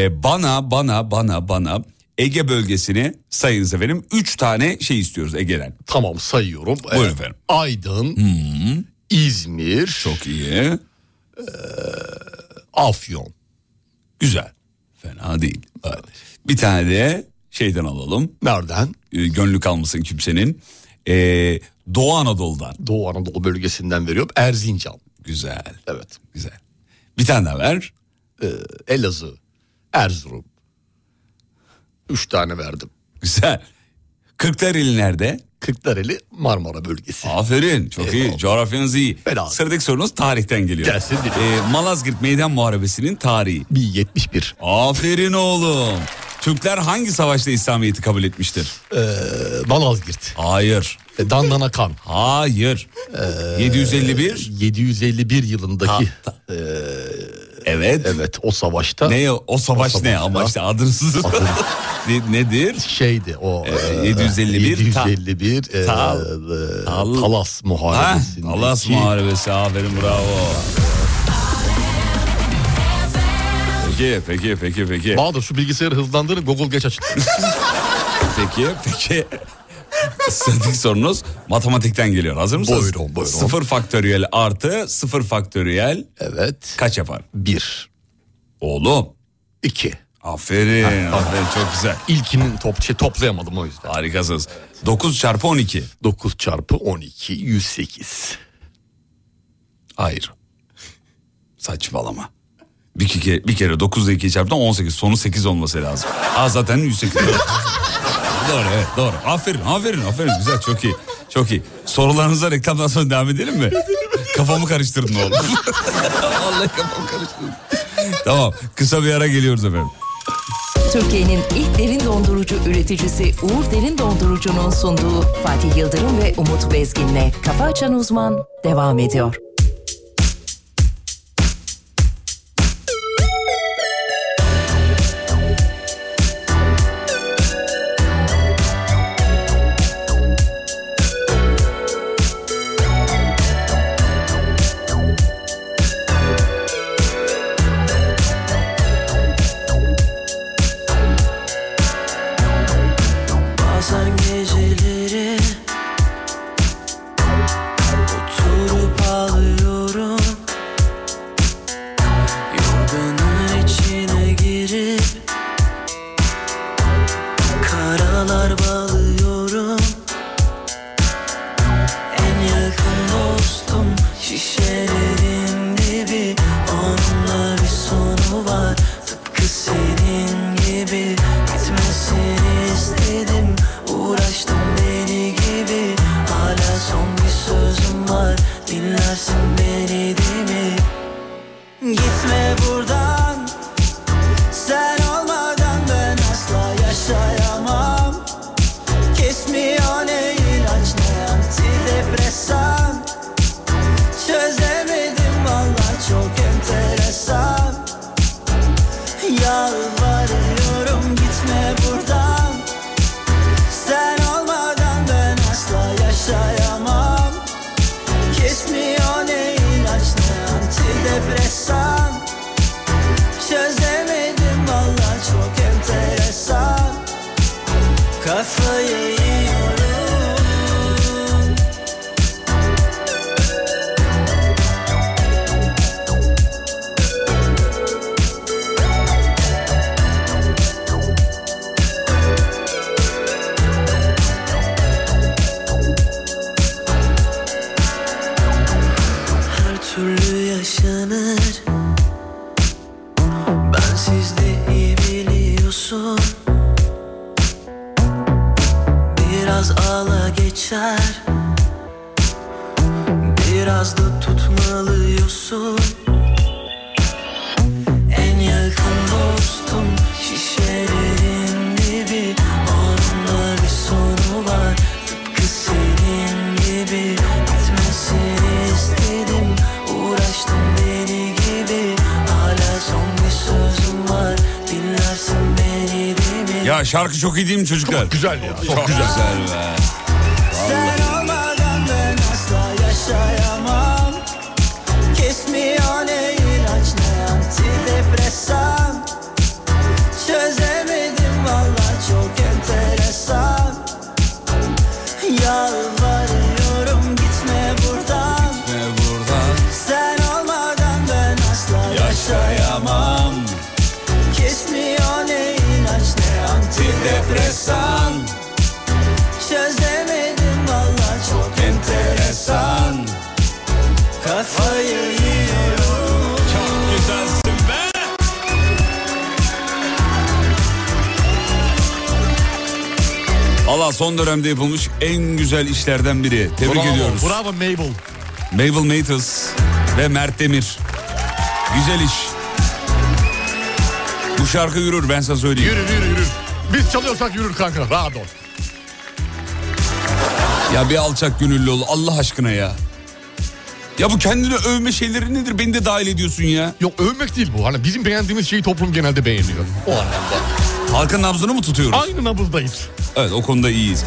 Bana Ege bölgesini sayınız efendim. 3 tane şey istiyoruz Ege'den. Tamam, sayıyorum. Buyurun efendim. Aydın, İzmir. Çok iyi. Afyon. Güzel. Fena değil. Evet. Bir tane de şeyden alalım. Nereden? Gönlü kalmasın kimsenin. Doğu Anadolu'dan. Doğu Anadolu bölgesinden veriyorum. Erzincan. Güzel. Evet. Güzel. Bir tane daha ver. Elazığ, Erzurum. 3 tane verdim. Güzel. Kırklareli nerede? Kırklareli Marmara bölgesi. Aferin. Çok iyi. Coğrafyanız iyi. Fena. Sıradaki sorunuz tarihten geliyor. Gelsin. Malazgirt Meydan Muharebesi'nin tarihi. 1071. Aferin oğlum. Türkler hangi savaşta İslamiyet'i kabul etmiştir? Malazgirt. Hayır. Dandana Kan. Hayır. 751. 751 yılındaki. Evet. Evet, o savaşta. Ne o savaş ne ama işte adınız nedir? Şeydi o 751 Talas Muharebesi. Talas Muharebesi, aferin, bravo. Peki. Bahadır, şu bilgisayarı hızlandırın, Google geç açın. Peki. Sıradaki sorunuz matematikten geliyor. Hazır mısınız? Buyurun. 0 faktöriyel artı 0 faktöriyel. Evet. Kaç yapar? 1. Oğlum. 2. Aferin. Çok güzel. İlkinin toplayamadım o yüzden. Harikasınız. 9 çarpı 12. 9 çarpı 12 108. Hayır. Saçmalama. Bir kere 9 ile 2 çarptan 18. Sonu 8 olması lazım. Zaten 108. Doğru, evet, doğru. Aferin. Güzel, çok iyi. Sorularınıza reklamdan sonra devam edelim mi? Kafamı karıştırdın oğlum. Vallahi kafamı karıştırdın. Tamam, kısa bir ara geliyoruz efendim. Türkiye'nin ilk derin dondurucu üreticisi Uğur Derin Dondurucu'nun sunduğu Fatih Yıldırım ve Umut Bezgin'le Kafa Açan Uzman devam ediyor. Ya şarkı çok iyi değil mi çocuklar? Çok güzel ya. Çok güzel be. Sen olmadan ben asla yaşayamam. Kesmiyor ne ilaç ne antidepresan. Çözemedim valla çok enteresan. Yalvarıyorum gitme buradan. Sen olmadan ben asla yaşayamam. Kesmiyor ne ilaç ne antidepresan. Çözemedim valla çok enteresan. Kafayı yiyorum. Çok güzelsin be. Allah son dönemde yapılmış en güzel işlerden biri. Tebrik ediyoruz. Bravo Mabel. Mabel Mattis ve Mert Demir. Güzel iş. Bu şarkı yürür, ben sana söyleyeyim. Yürür. Biz çalıyorsak yürür kanka. Rahat ol. Ya bir alçak gönüllü ol Allah aşkına ya. Ya bu kendini övme şeyleri nedir? Beni de dahil ediyorsun ya. Yok övmek değil bu. Hani bizim beğendiğimiz şeyi toplum genelde beğeniyor. O anlamda. Halkın nabzını mı tutuyoruz? Aynı nabızdayız. Evet, o konuda iyiyiz.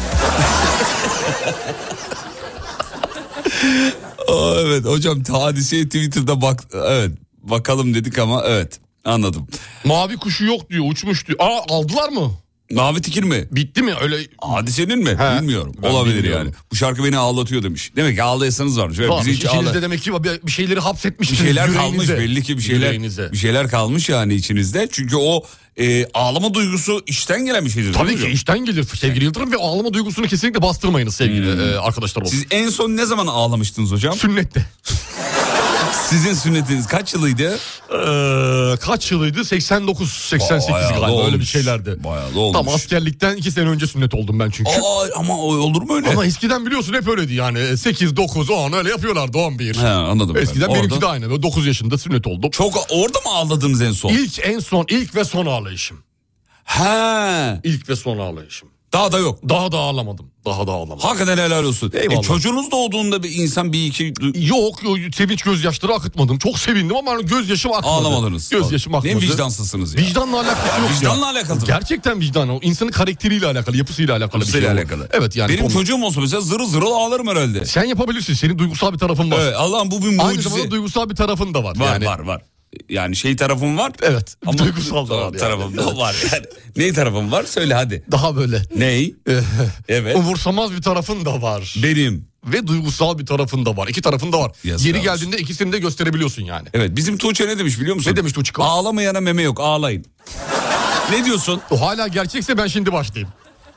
Evet hocam, hadiseye Twitter'da bak, evet bakalım dedik ama evet anladım. Mavi kuşu yok diyor, uçmuş diyor. Aldılar mı? Mavi tikir mi? Bitti mi öyle? Hadisenin mi? He, bilmiyorum. ben Olabilir bilmiyorum. Yani. Bu şarkı beni ağlatıyor demiş. Demek ki ağlayasanız varmış. Evet, bizi hiç İçinizde demek ki bir şeyleri hapsetmişsiniz. bir şeyler yüreğinize. kalmış belli ki bir şeyler kalmış yani içinizde. Çünkü o ağlama duygusu içten gelen bir şeydir. Tabii ki içten gelir sevgili Yıldırım ve ağlama duygusunu kesinlikle bastırmayınız sevgili arkadaşlar. Siz en son ne zaman ağlamıştınız hocam? Sünnette. Sizin sünnetiniz kaç yılıydı? Kaç yılıydı? 89, 88 galiba olmuş. öyle bir şeylerdi. Bayağı da olmuş. Tam askerlikten 2 sene önce sünnet oldum ben çünkü. Ama olur mu öyle? Ama eskiden biliyorsun hep öyleydi yani 8, 9, 10 öyle yapıyorlardı 11. He, anladım. Eskiden benimki de aynı. Böyle 9 yaşında sünnet oldum. Çok orada mı ağladınız en son? İlk ve son ağlayışım. He. İlk ve son ağlayışım. Daha da yok. Daha da ağlamadım. Hakikaten helal olsun. Eyvallah. Çocuğunuz doğduğunda bir insan bir iki... Yok sevinç gözyaşları akıtmadım. Çok sevindim ama gözyaşım akmadı. Ağlamadınız. Gözyaşım akmadı. Ne vicdansızsınız ya. Vicdanla alakası yok. Vicdanla alakalı. Gerçekten vicdan o. İnsanın karakteriyle alakalı, yapısıyla alakalı bir şey. Alakalı. Evet yani. Benim çocuğum olsa mesela zırıl zırıl ağlarım herhalde. Sen yapabilirsin. Senin duygusal bir tarafın var. Evet, Allah'ım bu bir mucize. Aynı zamanda duygusal bir tarafın da var. Var. Yani tarafım var. Evet. Ama duygusal da var. Tarafım da var yani. Ne tarafım var? Söyle hadi. Daha böyle. Ney? Evet. Umursamaz bir tarafın da var. Benim. Ve duygusal bir tarafın da var. İki tarafın da var. Yazık Yeri olsun. geldiğinde ikisini de gösterebiliyorsun yani. Evet, bizim Tuğçe ne demiş biliyor musun? Ne demiş Tuğçe? Ağlamayana meme yok, ağlayın. Ne diyorsun? O hala gerçekse ben şimdi başlayayım.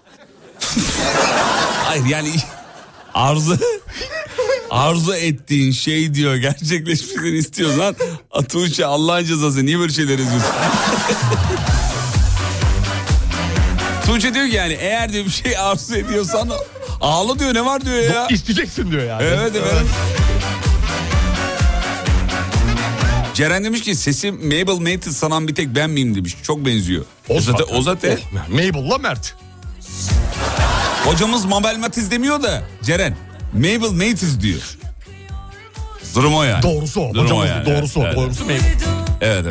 Hayır yani arzu ettiğin şey diyor gerçekleşmesini istiyorsan Tuğçe Allah'ın cezası niye böyle şeyler yazıyorsun? Tuğçe diyor ki yani eğer diyor bir şey arzu ediyorsan ağla diyor, ne var diyor ya. İsteyeceksin diyor yani. Evet. Ceren demiş ki sesi Mabel Mattis sanan bir tek ben miyim demiş. Çok benziyor. O zaten. Mabel'la Mert. Hocamız Mabel Mattis demiyor da Ceren. Mabel Mattis diyor. Durum o yani. Doğrusu o. Durum Hocamız yani. doğrusu o. Evet. Doğrusu Mabel. Evet.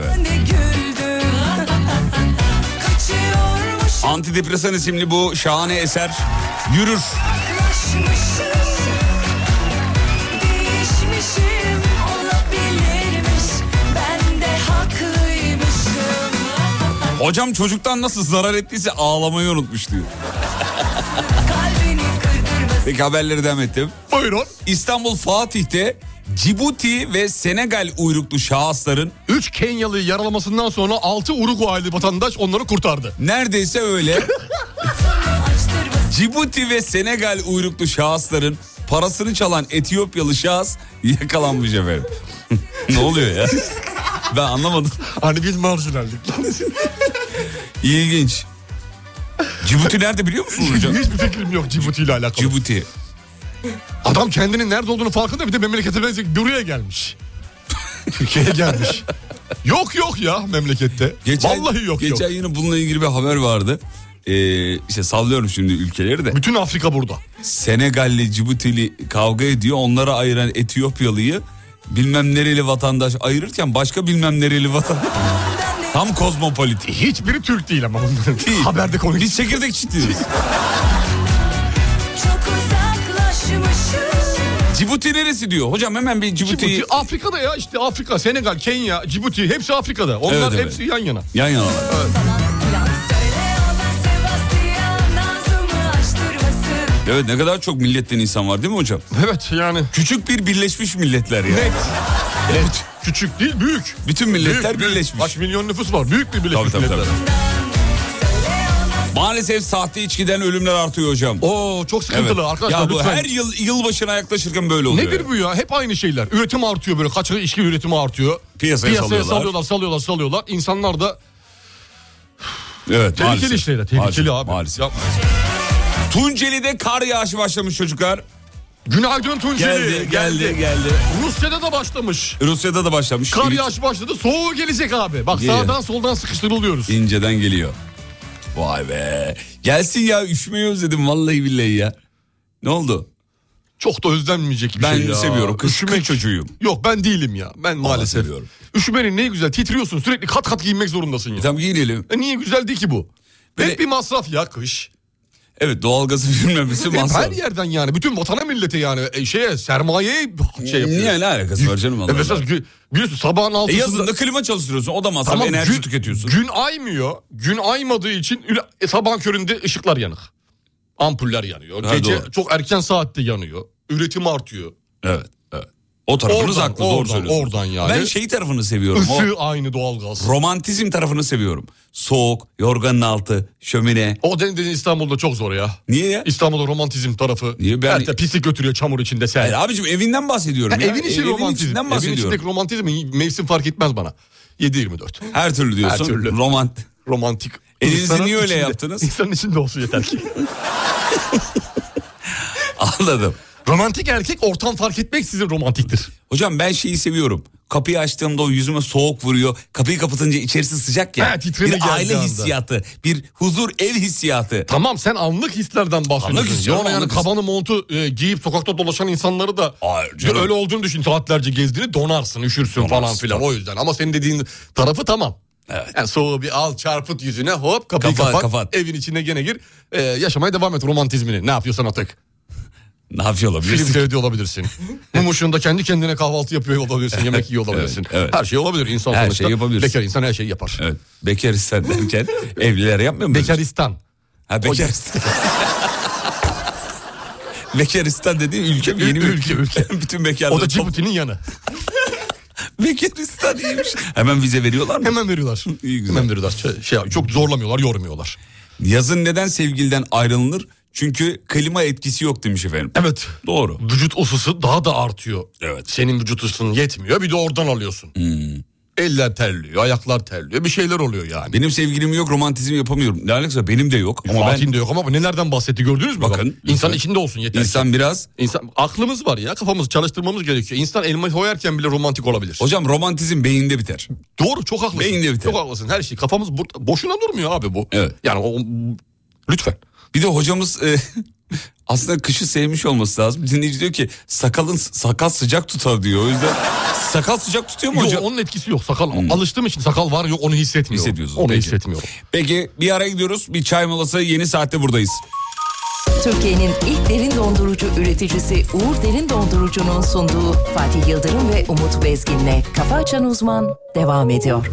Antidepresan isimli bu şahane eser yürür. Hocam çocuktan nasıl zarar ettiyse ağlamayı unutmuş diyor. Peki haberleri devam ettim. Buyurun. İstanbul Fatih'te Cibuti ve Senegal uyruklu şahısların 3 Kenyalı'yı yaralamasından sonra 6 Uruguaylı vatandaş onları kurtardı. neredeyse öyle. Cibuti ve Senegal uyruklu şahısların parasını çalan Etiyopyalı şahıs yakalanmış efendim. Ne oluyor ya? Ben anlamadım. Hani biz marjinaldik lan. İlginç. Cibuti nerede biliyor musunuz hocam? Hiçbir fikrim yok Cibuti ile alakalı. Cibuti. Adam kendinin nerede olduğunu farkında, bir de memlekete buraya gelmiş. Türkiye'ye gelmiş. Yok ya memlekette. Vallahi yok. Geçen yine bununla ilgili bir haber vardı. İşte sallıyorum şimdi ülkeleri de. Bütün Afrika burada. Senegalli, Cibutili kavga ediyor. Onlara ayıran Etiyopyalıyı bilmem nereli vatandaş ayırırken başka bilmem nereli vatandaş. Tam kozmopolit. Hiçbiri Türk değil ama bunların. Haberde konu. Biz çekirdek çitliyoruz. Çok uzaklaşmışız. Cibuti neresi diyor? Hocam hemen bir Cibuti'yi... Cibuti Afrika'da ya, işte Afrika, Senegal, Kenya, Cibuti hepsi Afrika'da. Onlar Evet, evet. hepsi yan yana. Yan yana. Evet. Evet, ne kadar çok milletten insan var değil mi hocam? Evet yani. Küçük bir Birleşmiş Milletler ya. Net. Evet. Küçük değil, büyük. Bütün milletler büyük. birleşmiş. Kaç milyon nüfus var? Büyük bir Birleşmiş Tabii. Milletler. Maalesef sahte içkiden ölümler artıyor hocam. Oo, çok sıkıntılı arkadaşlar, ya bu lütfen. her yıl başına yaklaşırken böyle oluyor. Nedir bu ya? Hep aynı şeyler. Üretim artıyor böyle. Kaçak içki üretimi artıyor. Piyasaya salıyorlar. İnsanlar da evet, tehlikeli maalesef. işler. Tehlikeli abi. Maalesef. Yapma. Tunceli'de kar yağışı başlamış çocuklar. Günaydın Tunceli. Geldi. Rusya'da da başlamış. Rusya'da da başlamış. Kar yağışı başladı. Soğuğu gelecek abi. Bak Geliyor. sağdan soldan sıkıştırılıyoruz. İnceden geliyor. Vay be. Gelsin ya, üşümeyi özledim vallahi billahi ya. Ne oldu? Çok da özlenmeyecek bir Ben şey ya. seviyorum. Kış çocuğuyum. Yok, ben değilim ya. Ben maalesef. seviyorum. Üşümenin ne güzel, titriyorsun. Sürekli kat kat giyinmek zorundasın ya. Tamam, giyinelim. Niye güzel değil ki bu? Böyle- Hep bir masraf ya kış. Evet, doğalgazı bilmemesi masraf. Her yerden yani. Bütün vatana millete yani. Sermayeye yapıyor. Niye, ne alakası var canım Allah Mesela Allah. biliyorsun sabahın altısında... Yazında klima çalıştırıyorsun, o da masraf, Tamam, enerji tüketiyorsun. Gün aymıyor. Gün aymadığı için sabahın köründe ışıklar yanık. Ampuller yanıyor. Ha, Gece doğru. çok erken saatte yanıyor. Üretim artıyor. Evet. O tarafınız Oradan, haklı, doğru söylüyorsunuz. oradan yani. Ben şey tarafını seviyorum. Isı aynı doğalgaz. Romantizm tarafını seviyorum. Soğuk, yorganın altı, şömine. O dediğin İstanbul'da çok zor ya. Niye ya? İstanbul'da romantizm tarafı. Niye? Her pislik götürüyor çamur içinde sen. Hayır abicim, evinden bahsediyorum ya. Evin içi romantizm. içinden Evin bahsediyorum. içindeki romantizm mevsim fark etmez bana. 7-24. Her türlü diyorsun. Her türlü. Romantik. Elinizi İnsanın niye öyle içinde. yaptınız? İnsanın içinde olsun yeter ki. Anladım. Romantik erkek ortam fark etmeksizin romantiktir. Hocam ben şeyi seviyorum. Kapıyı açtığımda o yüzüme soğuk vuruyor. Kapıyı kapatınca içerisi sıcak ya. titreme Bir geldiği aile anda. hissiyatı. Bir huzur, ev hissiyatı. Tamam, sen anlık hislerden bahsediyorsun. Anlık his canım, Yani anlık his. kabanı montu giyip sokakta dolaşan insanları da Hayır canım. öyle olduğunu düşün. Saatlerce gezdiğini donarsın, üşürsün falan filan, tabii. o yüzden. Ama senin dediğin tarafı tamam. Evet. Yani soğuğu bir al, çarpıt yüzüne, hop kapıyı kapat. Evin içine gene gir. Yaşamaya devam et romantizmini. Ne yapıyorsan artık. Ne yapıyor Film olabilirsin? seyrediyor olabilirsin. Mum ışığında kendi kendine kahvaltı yapıyor olabilirsin. Yemek yiyor olabilirsin. Evet. Her şey olabilir. İnsan Her sonuçta. şey yapabilirsin. Bekar insan her şeyi yapar. Evet. Bekaristan derken evliler yapmıyor mu? Bekaristan. Ha, Bekaristan. Bekaristan dediğin ülke yeni bir ülke. Bütün bekarlar. O da Cibuti'nin yanı. Bekaristan iyiymiş. Hemen vize veriyorlar mı? Hemen veriyorlar. İyi, güzel. Hemen veriyorlar. Çok zorlamıyorlar, yormuyorlar. Yazın neden sevgiliden ayrılınır? Çünkü klima etkisi yok demiş efendim. Evet. Doğru. Vücut ısısı daha da artıyor. Evet. Senin vücut ısın yetmiyor, bir de oradan alıyorsun. Eller terliyor, ayaklar terliyor, bir şeyler oluyor yani. Benim sevgilim yok, romantizm yapamıyorum. Ne alakası var? Benim de yok. Ama Fatih'in de yok ama nelerden bahsetti gördünüz mü? Bakın, İnsan lütfen. içinde olsun yeter. İnsan biraz... Aklımız var ya, kafamızı çalıştırmamız gerekiyor. İnsan elma soyarken bile romantik olabilir. Hocam romantizm beyinde biter. Doğru, çok haklısın. Beyinde biter. Çok haklısın, her şey. Kafamız boşuna durmuyor abi bu. Evet. Yani lütfen. Bir de hocamız aslında kışı sevmiş olması lazım. Dinleyici diyor ki sakal sıcak tutar diyor. O yüzden sakal sıcak tutuyor mu Yok, hocam? onun etkisi yok. Sakal alıştığım için sakal var yok, onu hissetmiyorum. Hissediyorsunuz, Onu peki. hissetmiyorum. Peki bir ara gidiyoruz. Bir çay molası, yeni saatte buradayız. Türkiye'nin ilk derin dondurucu üreticisi Uğur Derin Dondurucu'nun sunduğu Fatih Yıldırım ve Umut Bezgin'le Kafa Açan Uzman devam ediyor.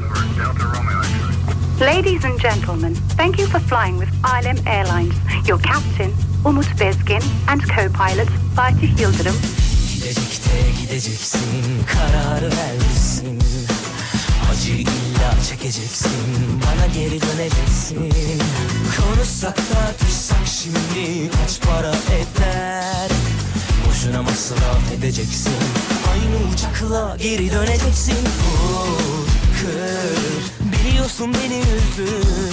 Ladies and gentlemen, thank you for flying with ILM Airlines. Your captain, Umut Bezgin, and co-pilot, Fatih Yıldırım. Gideceksin, kararı vermişsin. Acı illa çekeceksin, bana geri döneceksin. Konuşsak tartışsak şimdi kaç para eder? Boşuna masraf edeceksin, aynı uçakla geri döneceksin. Vur, kır, biliyorsun beni üzdün,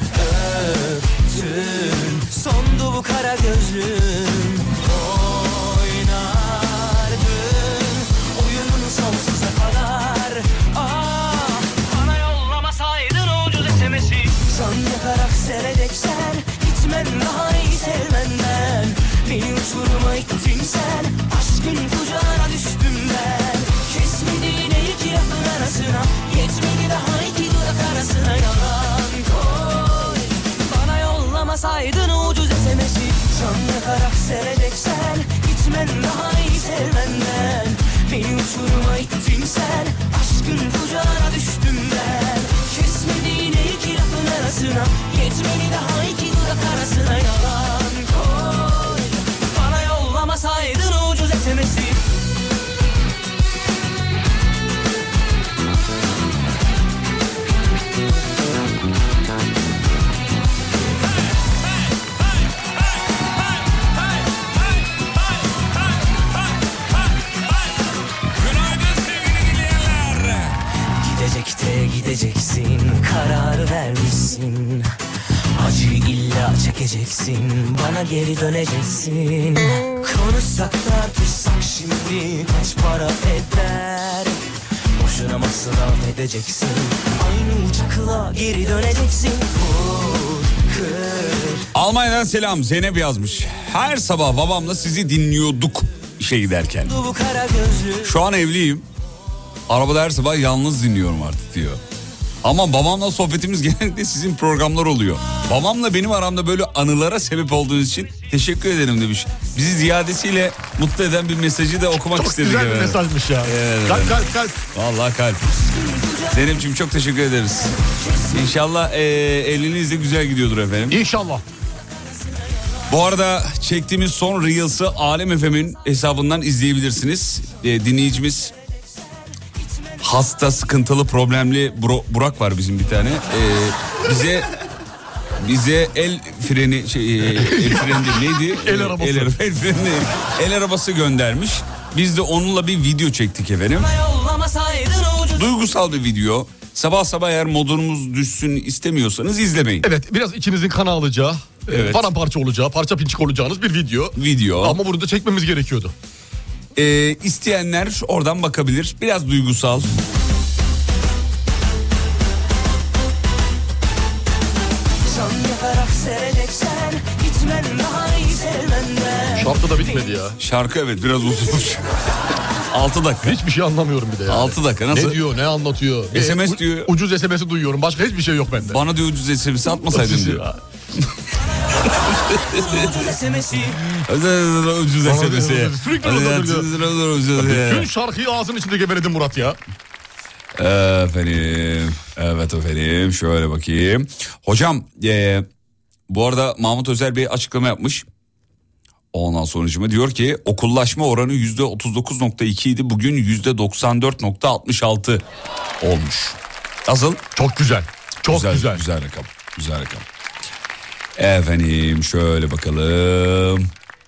öptün, sondu bu kara gözlüm. Sonsuza kadar bana yollamasaydın o ucuz SMS'i. Can yakarak seyredeceksen gitmen daha iyi sevmenden. Beni uçuruma ittin sen, aşkın kucağına düştüm ben. Kesmedi yine iki lafın arasına, yetmedi daha iki dudak arasına. geleceksin, bana geri döneceksin. Konuşsak tartışsak şimdi kaç para eder? Boşuna masraf edeceksin, aynı uçakla geri döneceksin. Vur, kır. Almanya'dan selam, Zeynep yazmış. Her sabah babamla sizi dinliyorduk işe giderken. Şu an evliyim. Arabada her sabah yalnız dinliyorum artık diyor. Ama babamla sohbetimiz genellikle sizin programlar oluyor. Babamla benim aramda böyle anılara sebep olduğunuz için teşekkür ederim demiş. Bizi ziyadesiyle mutlu eden bir mesajı da okumak çok istedik. Çok güzel bir mesajmış ya. Evet, kalp. Vallahi kalp. Zeynep'ciğim çok teşekkür ederiz. İnşallah evliliğiniz de güzel gidiyordur efendim. İnşallah. Bu arada çektiğimiz son Reels'ı Alem FM'in hesabından izleyebilirsiniz. Dinleyicimiz hasta, sıkıntılı, problemli Burak var bizim bir tane. Bize el freni el freni neydi? El arabası. El arabası göndermiş. Biz de onunla bir video çektik efendim. Duygusal bir video. Sabah sabah eğer modunuz düşsün istemiyorsanız izlemeyin. Evet, biraz içinizin kan ağlayacağı, paramparça olacağı, parça pinçik olacağınız bir video. Ama bunu da çekmemiz gerekiyordu. İsteyenler oradan bakabilir. Biraz duygusal. Şarkı da bitmedi ya. Şarkı evet biraz uzun. 6 dakika. Hiçbir şey anlamıyorum bir de ya. 6 dakika nasıl? Ne diyor, ne anlatıyor? SMS diyor. Ucuz SMS'i duyuyorum. Başka hiçbir şey yok bende. Bana diyor ucuz SMS atmasaydın diyor. Ucuz SMS'i. Bütün şarkıyı ağzının içinde gebeledim Murat ya. Evet efendim şöyle bakayım. Hocam bu arada Mahmut Özer bir açıklama yapmış. Ondan sonucuma diyor ki okullaşma oranı %39.2 idi, bugün %94.66 olmuş. Nasıl? Çok güzel. Çok güzel. Güzel rakam. Efendim şöyle bakalım.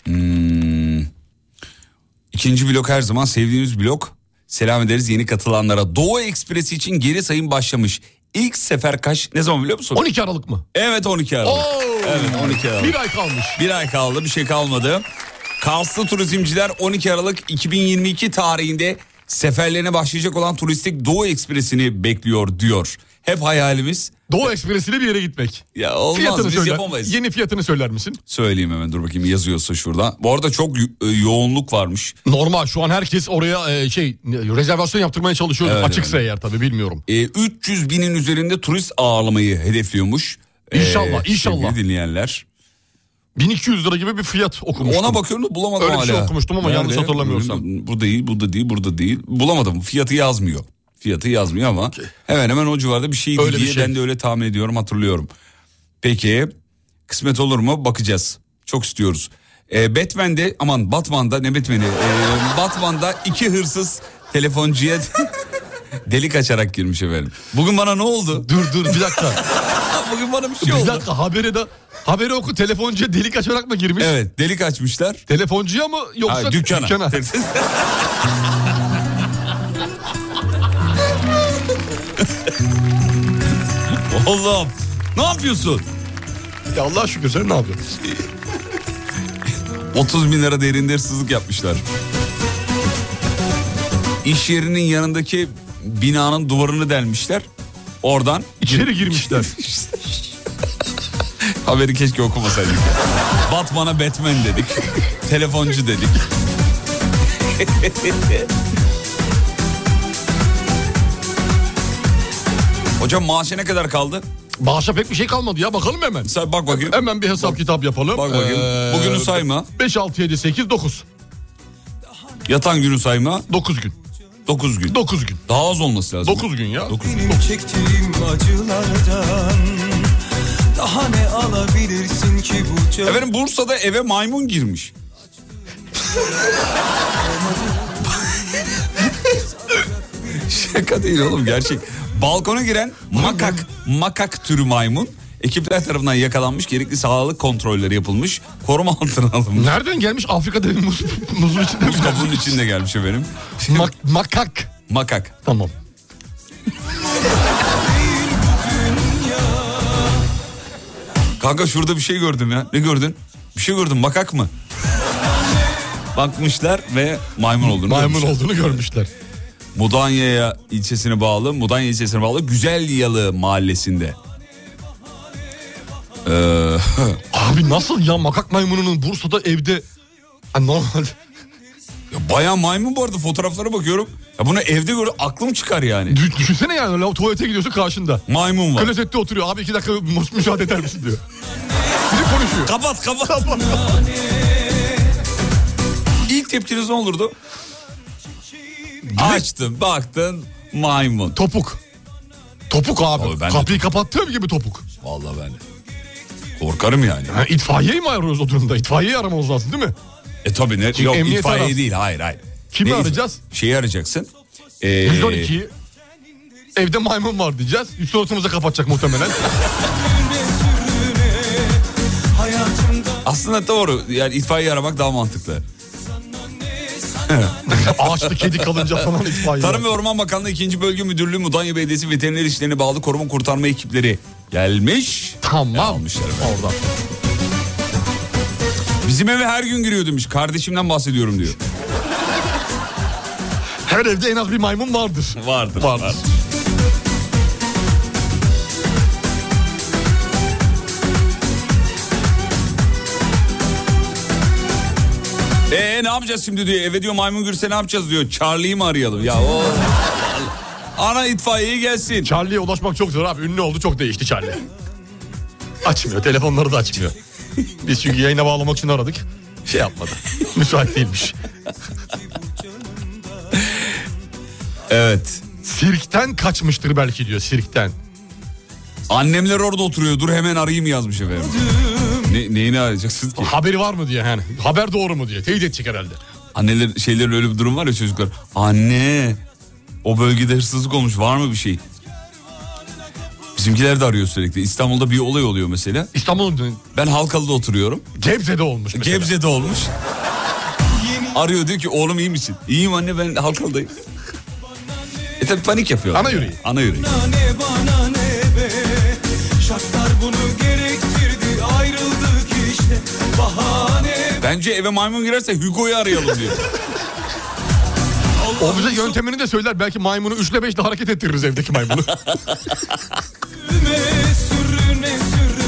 İkinci blok her zaman sevdiğimiz blok. Selam ederiz yeni katılanlara. Doğu Ekspresi için geri sayım başlamış. İlk sefer ne zaman biliyor musun? 12 Aralık mı? Evet 12 Aralık. Evet 12 Aralık. Bir ay kalmış. Bir ay kaldı, bir şey kalmadı. Karslı turizmciler 12 Aralık 2022 tarihinde seferlerine başlayacak olan turistik Doğu Ekspresi'ni bekliyor diyor. Hep hayalimiz. Doğu Ekspresi'yle bir yere gitmek. Ya olmaz, fiyatını biz yapamayız. Yeni fiyatını söyler misin? Söyleyeyim hemen, dur bakayım yazıyorsa şurada. Bu arada çok yoğunluk varmış. Normal, şu an herkes oraya rezervasyon yaptırmaya çalışıyor. Evet, açıksa eğer tabii, bilmiyorum. 300 binin üzerinde turist ağırlamayı hedefliyormuş. İnşallah. Dinleyenler. 1200 lira gibi bir fiyat okumuştum. Ona bakıyorum da bulamadım öyle hala. Öyle bir şey okumuştum ama yanlış hatırlamıyorsam. Bu değil, burada değil. Bulamadım. Fiyatı yazmıyor ama hemen o civarda bir şeydi öyle diye ben de öyle tahmin ediyorum, hatırlıyorum. Peki kısmet olur mu? Bakacağız. Çok istiyoruz. Batman'da 2 hırsız telefoncuya delik açarak girmiş efendim. Bugün bana ne oldu? Dur bir dakika. Bugün bana bir şey oldu. Bir dakika, haberi oku, telefoncuya delik açarak mı girmiş? Evet, delik açmışlar. Telefoncuya mı yoksa dükkana? Oğlum ne yapıyorsun? Ya Allah'a şükür, sen ne yapıyorsun? 30 bin lira değerinde hırsızlık yapmışlar. İş yerinin yanındaki binanın duvarını delmişler. Oradan içeri girmişler. Haberi keşke okumasaydık. Batman'a Batman dedik. Telefoncu dedik. Hocam maaşa ne kadar kaldı? Maaşa pek bir şey kalmadı ya, bakalım hemen. Sen bak bakayım. Hemen bir hesap kitap yapalım. Bak bakayım. Bugünü sayma. 5, 6, 7, 8, 9. Yatan günü sayma. 9 gün. 9 gün. 9 gün. Daha az olması lazım. 9 gün ya. 9 gün. Benim çektiğim acılardan daha ne alabilirsin ki bu can? Efendim Bursa'da eve maymun girmiş. Şaka değil oğlum, gerçek. Balkona giren makak türü maymun ekipler tarafından yakalanmış, gerekli sağlık kontrolleri yapılmış, koruma altına alınmış. Nereden gelmiş? Afrika'da bir muzun içinde. Muz kabuğunun içinde gelmiş efendim. Makak. Tamam. Kanka şurada bir şey gördüm ya. Ne gördün? Bir şey gördüm. Makak mı? Bakmışlar ve maymun olduğunu görmüşler. Mudanya ilçesine bağlı Güzelyalı mahallesinde. Abi nasıl ya, makak maymununun Bursa'da evde normal. Bayağı maymun bu arada, fotoğraflara bakıyorum. Ya bunu evde gördüm, aklım çıkar yani. Düşünsene yani, öyle tuvalete gidiyorsun, karşında maymun var. Klozette oturuyor. Abi 2 dakika müsaade eder misin diyor. Biri konuşuyor. Kapat. İlk tepkiniz ne olurdu? Açtın, baktın, maymun. Topuk abi. Kapıyı kapattığım gibi topuk. Vallahi ben de. Korkarım yani. İtfaiyeyi mi arıyoruz o durumda? İtfaiyeyi aramamız lazım değil mi? Tabii ne? Yok, itfaiye değil, hayır. Kimi arayacağız? Şeyi arayacaksın. 112'yi. Evde maymun var diyeceğiz. Suratımıza kapatacak muhtemelen. Aslında doğru. Yani itfaiye aramak daha mantıklı. Ağaçta kedi kalınca falan itfaiye. Tarım ve Orman Bakanlığı 2. Bölge Müdürlüğü Mudanya Belediyesi Veteriner İşlerine bağlı koruma kurtarma ekipleri gelmiş. Tamam. Almışlar orada. Bizim eve her gün giriyor demiş. Kardeşimden bahsediyorum diyor. Her evde en az bir maymun vardır. Vardır. Ne yapacağız şimdi diyor. Eve diyor maymun girse ne yapacağız diyor. Charlie'yi mi arayalım? Ya o ana itfaiyeyi gelsin. Charlie'ye ulaşmak çok zor abi. Ünlü oldu, çok değişti Charlie. Açmıyor. Telefonları da açmıyor. Biz çünkü yayına bağlamak için aradık. Şey yapmadı. Müsait değilmiş. Evet. Sirkten kaçmıştır belki diyor, sirkten. Annemler orada oturuyor. Dur hemen arayayım yazmış efendim. Neyini arayacaksınız ki? Haberi var mı diye yani. Haber doğru mu diye. Teyit edecek herhalde. Anneler şeylerin öyle bir durum var ya, çocuklar. Anne, o bölgede hırsızlık olmuş, var mı bir şey? Bizimkiler de arıyor sürekli. İstanbul'da bir olay oluyor mesela. İstanbul'da? Ben Halkalı'da oturuyorum. Gebze'de olmuş mesela. Gebze'de olmuş. Arıyor, diyor ki oğlum iyi misin? İyiyim anne, ben Halkalı'dayım. Tabi panik yapıyor. Ana yüreği. Bana ne be, şartlar bunu gerektirdi, ayrıldık işte, bahane. Bence eve maymun girerse Hugo'yu arayalım diyor. O bize yöntemini de söyler. Belki maymunu 3 ile 5'te hareket ettiririz, evdeki maymunu. Sürüne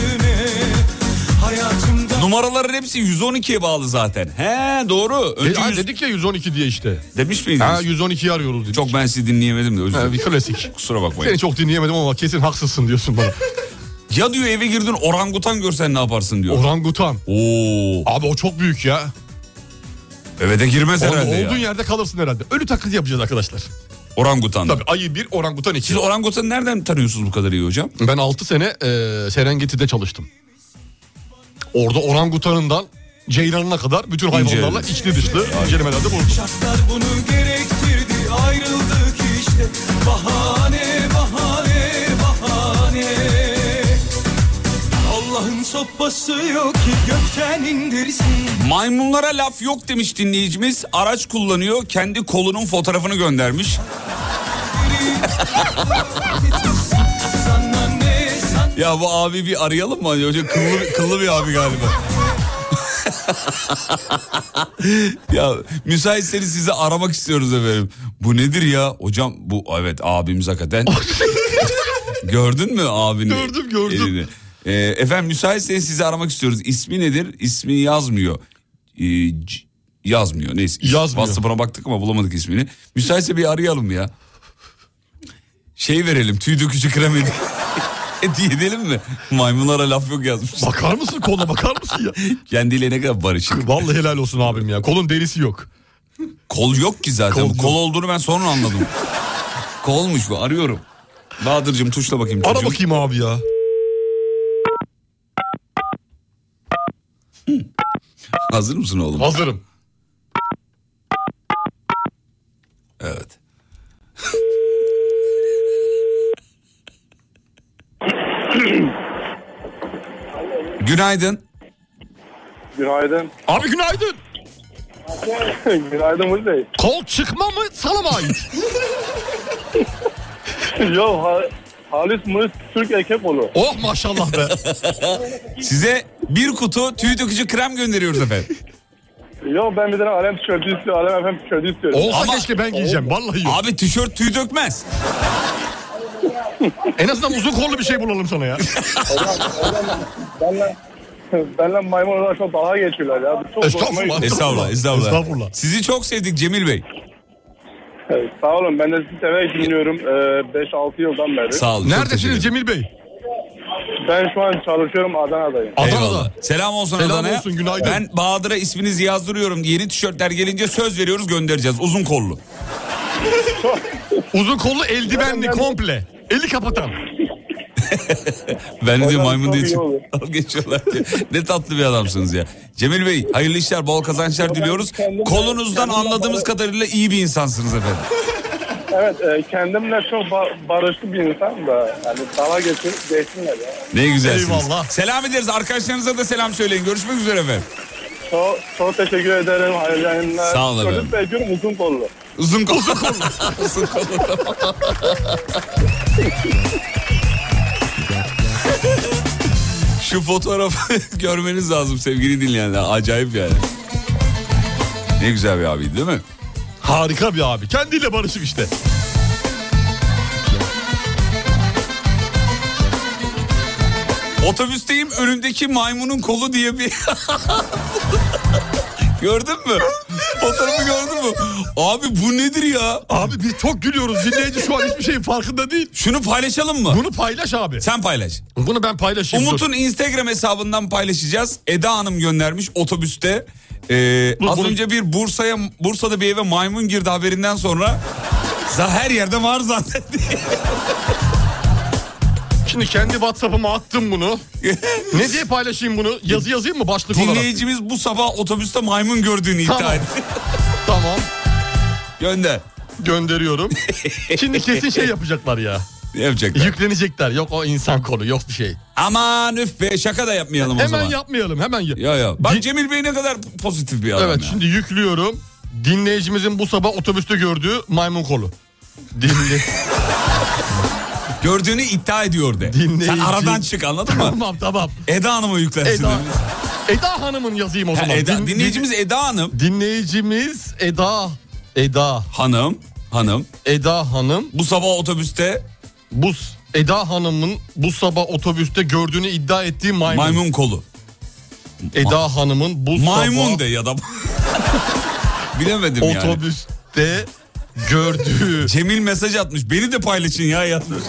hayatımda. Numaraların hepsi 112'ye bağlı zaten. He doğru. Önce dedik ya 112 diye işte. Demiş miydiniz? Ha 112'yi arıyoruz dedik. Çok ben sizi dinleyemedim de özür dilerim. Bir klasik. Kusura bakmayın. Seni çok dinleyemedim ama kesin haksızsın diyorsun bana. Ya diyor eve girdin orangutan görsen ne yaparsın diyor. Orangutan. Oo. Abi o çok büyük ya. Eve de girmez herhalde ya. Olduğun yerde kalırsın herhalde. Ölü taklidi yapacağız arkadaşlar. Orangutan. Tabii ayı 1, orangutan 2. Siz orangutanı nereden tanıyorsunuz bu kadar iyi hocam? Ben 6 sene Serengeti'de çalıştım. Orada orangutanından ceylanına kadar bütün hayvanlarla içli dışlı incelemelerde bulundum. Şartlar bunu gerektirdi, ayrıldık işte, bahane. Allah'ın sopası yok ki gökten indirsin. Maymunlara laf yok demiş dinleyicimiz. Araç kullanıyor, kendi kolunun fotoğrafını göndermiş. Ya bu abi bir arayalım mı? Hocam kıllı bir abi galiba. Ya müsaitseniz sizi aramak istiyoruz efendim. Bu nedir ya? Hocam bu evet abimiz hakikaten. Gördün mü abini? Gördüm. Elini. Efendim müsaitseniz sizi aramak istiyoruz. İsmi nedir? İsmi yazmıyor. Yazmıyor. Neyse. Yazmıyor. WhatsApp'ına baktık ama bulamadık ismini. Müsaitse bir arayalım ya. Şey verelim, tüy dökücü krem hediye edelim mi? Maymunlara laf yok yazmış. Bakar mısın koluna, bakar mısın ya? Kendiyle ne kadar barışık. Vallahi helal olsun abim ya. Kolun derisi yok. Kol yok ki zaten. Kol olduğunu ben sonra anladım. Kolmuş bu, arıyorum. Bahadır'cığım tuşla bakayım çocuğum. Ara bakayım abi ya. Hazır mısın oğlum? Hazırım. Evet. Günaydın. Günaydın. Abi günaydın. Günaydın Murat Bey. Kol çıkma mı sana mı ait? Yok Halis Mulis Türk erkek olu. Oh maşallah be. Size bir kutu tüy dökücü krem gönderiyoruz efendim. Yok ben bir tane Alem tişörtü istiyorum. Alem efendim tişörtü istiyorum. Olsa Ama- keşke ben giyeceğim. Vallahi yok. Abi tişört tüy dökmez. En azından uzun kollu bir şey bulalım sana ya. Benle maymun olarak çok dalga geçiyorlar ya. Çok Estağfurullah. Estağfurullah. Sizi çok sevdik Cemil Bey. Evet, sağ olun. Ben de sizi severek dinliyorum. 5-6 yıldan beri. Sağ olun. çok teşekkür Neredesiniz ederim. Cemil Bey? Ben şu an çalışıyorum, Adana'dayım. Eyvallah. Selam olsun Selam Adana'ya. olsun, günaydın. Ben Bahadır'a isminizi yazdırıyorum. Yeni tişörtler gelince söz veriyoruz, göndereceğiz. Uzun kollu. Uzun kollu eldivenli komple. Eli kapatan. Ben de diyor Hocam, maymun çok diye iyi çık. olur. Geçiyorlar diyor. Ne tatlı bir adamsınız ya. Cemil Bey hayırlı işler, bol kazançlar diliyoruz. Kolunuzdan anladığımız kadarıyla iyi bir insansınız efendim. Evet, kendimle çok barışlı bir insan da. Yani dalga geçsinler ya. Ne güzelsiniz. Eyvallah. Selam ederiz. Arkadaşlarınıza da selam söyleyin. Görüşmek üzere efendim. Çok teşekkür ederim. Hayırlı yayınlar. Sağ olun efendim. Çocuk bekliyorum uzun kollu. Uzun kollu. Uzun kollu. Şu fotoğrafı görmeniz lazım sevgili dinleyenler. Acayip yani. Ne güzel bir abiydi değil mi? Harika bir abi. Kendiyle barışık işte. Otobüsteyim, önümdeki maymunun kolu diye bir... Gördün mü? Fotoğrafı gördün mü? Abi bu nedir ya? Abi biz çok gülüyoruz. Dinleyici şu an hiçbir şeyin farkında değil. Şunu paylaşalım mı? Bunu paylaş abi. Sen paylaş. Bunu ben paylaşayım. Umut'un Instagram hesabından paylaşacağız. Eda Hanım göndermiş otobüste. Az önce bir Bursa'da bir eve maymun girdi haberinden sonra her yerde var zaten diye. Şimdi kendi WhatsApp'ıma attım bunu. Ne diye paylaşayım bunu? Yazı yazayım mı başlık olarak? Dinleyicimiz bu sabah otobüste maymun gördüğünü iddia etti. Tamam. Gönder. Gönderiyorum. Şimdi kesin şey yapacaklar ya. Ne yapacaklar? Yüklenecekler. Yok o insan kolu, yok bir şey. Aman üf be, şaka da yapmayalım o zaman. Hemen yapmayalım, hemen. Ya. Bak Cemil Bey ne kadar pozitif bir adam. Evet ya. şimdi yüklüyorum. Dinleyicimizin bu sabah otobüste gördüğü maymun kolu. Gördüğünü iddia ediyor de. Sen aradan çık, anladın mı? Tamam. Eda Hanım'a yüklensin. Eda Hanım'ın yazayım o zaman. Dinleyicimiz Eda Hanım. Dinleyicimiz Eda Hanım. Eda Hanım. Bu sabah otobüste. Eda Hanım'ın bu sabah otobüste gördüğünü iddia ettiği maymun. Maymun kolu. Eda Hanım'ın bu sabah. Maymun de ya da. Bilemedim yani. Otobüste gördüğü. Cemil mesaj atmış. Beni de paylaşın ya yazmış.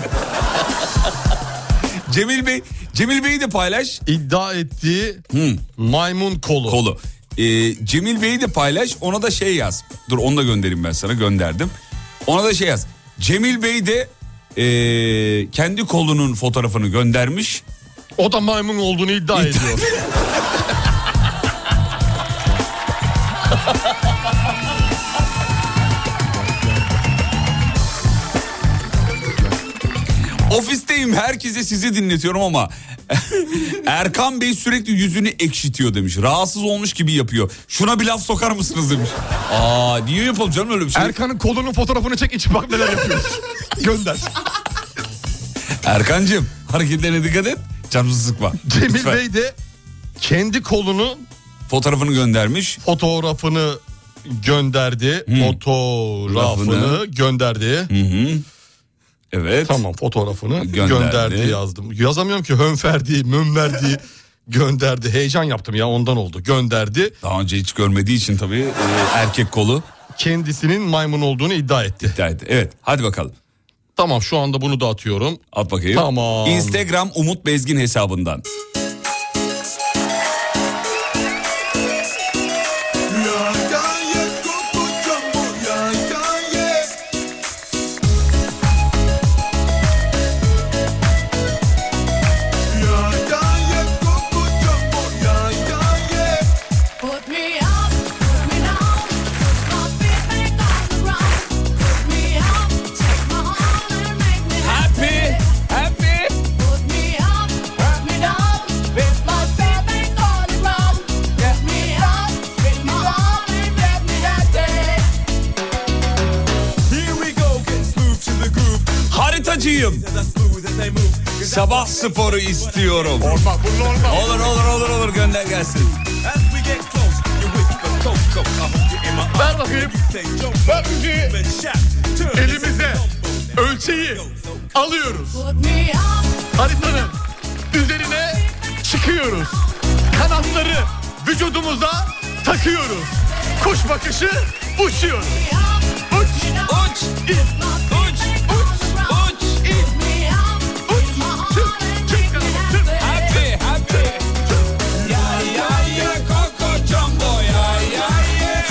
Cemil Bey'i de paylaş. İddia ettiği maymun kolu. Cemil Bey'i de paylaş. Ona da şey yaz. Dur onu da göndereyim ben sana. Gönderdim. Ona da şey yaz. Cemil Bey de kendi kolunun fotoğrafını göndermiş. O da maymun olduğunu iddia ediyor. Ofisteyim, herkese sizi dinletiyorum ama Erkan Bey sürekli yüzünü ekşitiyor demiş. Rahatsız olmuş gibi yapıyor. Şuna bir laf sokar mısınız demiş. Niye yapalım canım öyle bir şey? Erkan'ın kolunun fotoğrafını çek, iç bak neler yapıyoruz. Gönder. Erkancığım hareketlerine dikkat et. Canımızı sıkma. Cemil Lütfen. Bey de kendi kolunu fotoğrafını göndermiş. Fotoğrafını gönderdi. Fotoğrafını gönderdi. Evet. Tamam, fotoğrafını gönderdi yazdım. Yazamıyorum ki, hönferdi, mönverdi. Gönderdi. Heyecan yaptım ya, ondan oldu. Gönderdi. Daha önce hiç görmediği için tabii erkek kolu. Kendisinin maymun olduğunu iddia etti. Evet, hadi bakalım. Tamam, şu anda bunu da atıyorum. At bakayım. Tamam. Instagram Umut Bezgin hesabından. Haritacıyım. Sabah sporu istiyorum. Olur gönder gelsin. Ver bakayım. Ver müziği. Elimize ölçeği alıyoruz. Haritanın üzerine çıkıyoruz. Kanatları vücudumuza takıyoruz. Kuş bakışı uçuyoruz. Uç, uç, in, uç, uç, uç, in, uç, çık, happy, happy. Ya, ya, ya, Coco Jumbo, ya, ya, ya.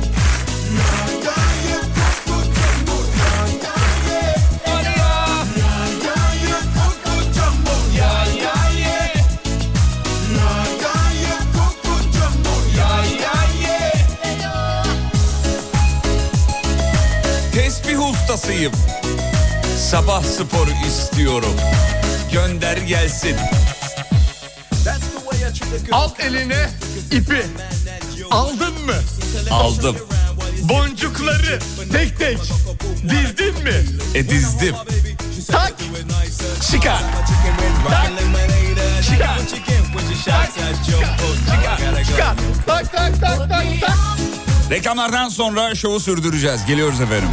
Tesbih ustasıyım. Sabah sporu istiyorum. Gönder gelsin. Al eline ipi. Aldın mı? Aldım. Boncukları tek tek dizdin mi? Dizdim. Tak. Çıkar. Tak. Çıkar. Tak. Çıkar. Tak tak tak tak tak. Reklamlardan sonra şovu sürdüreceğiz. Geliyoruz efendim.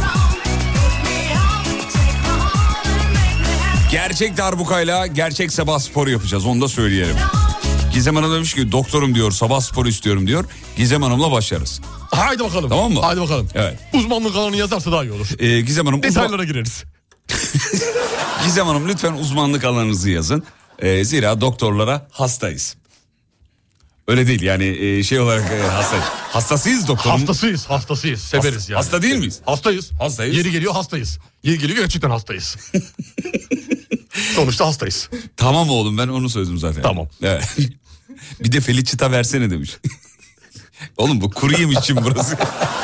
Gerçek darbukayla gerçek sabah sporu yapacağız. Onu da söyleyelim. Gizem Hanım demiş ki doktorum diyor, sabah sporu istiyorum diyor. Gizem Hanım'la başlarız. Haydi bakalım. Tamam mı? Haydi bakalım. Evet. Uzmanlık alanı yazarsa daha iyi olur. Gizem Hanım detaylara gireriz. Gizem Hanım lütfen uzmanlık alanınızı yazın. Zira doktorlara hastayız. Öyle değil yani şey olarak hastayız. Hastasıyız doktorum. Hastasıyız. Severiz yani. Hasta değil miyiz? Hastayız. Yeri geliyor hastayız. Yeri geliyor gerçekten hastayız. Sonuçta hastayız. Tamam oğlum, ben onu söyledim zaten. Tamam. Evet. Bir de Felicita versene demiş. Oğlum bu kuru yemişçim burası.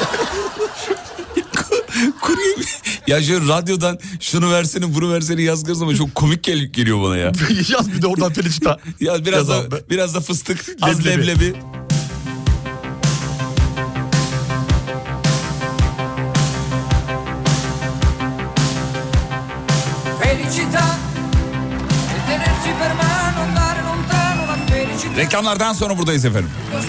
Kuru yemiş. Ya şu radyodan şunu versene bunu versene yazgırız ama çok komik geliyor bana ya. Yaz bir de oradan Felicita. Ya biraz da fıstık, az leblebi. Reklamlardan sonra buradayız efendim.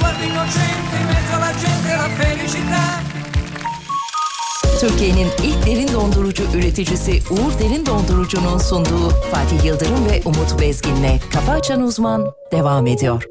Türkiye'nin ilk derin dondurucu üreticisi Uğur Derin Dondurucu'nun sunduğu Fatih Yıldırım ve Umut Bezgin'le Kafa Açan Uzman devam ediyor.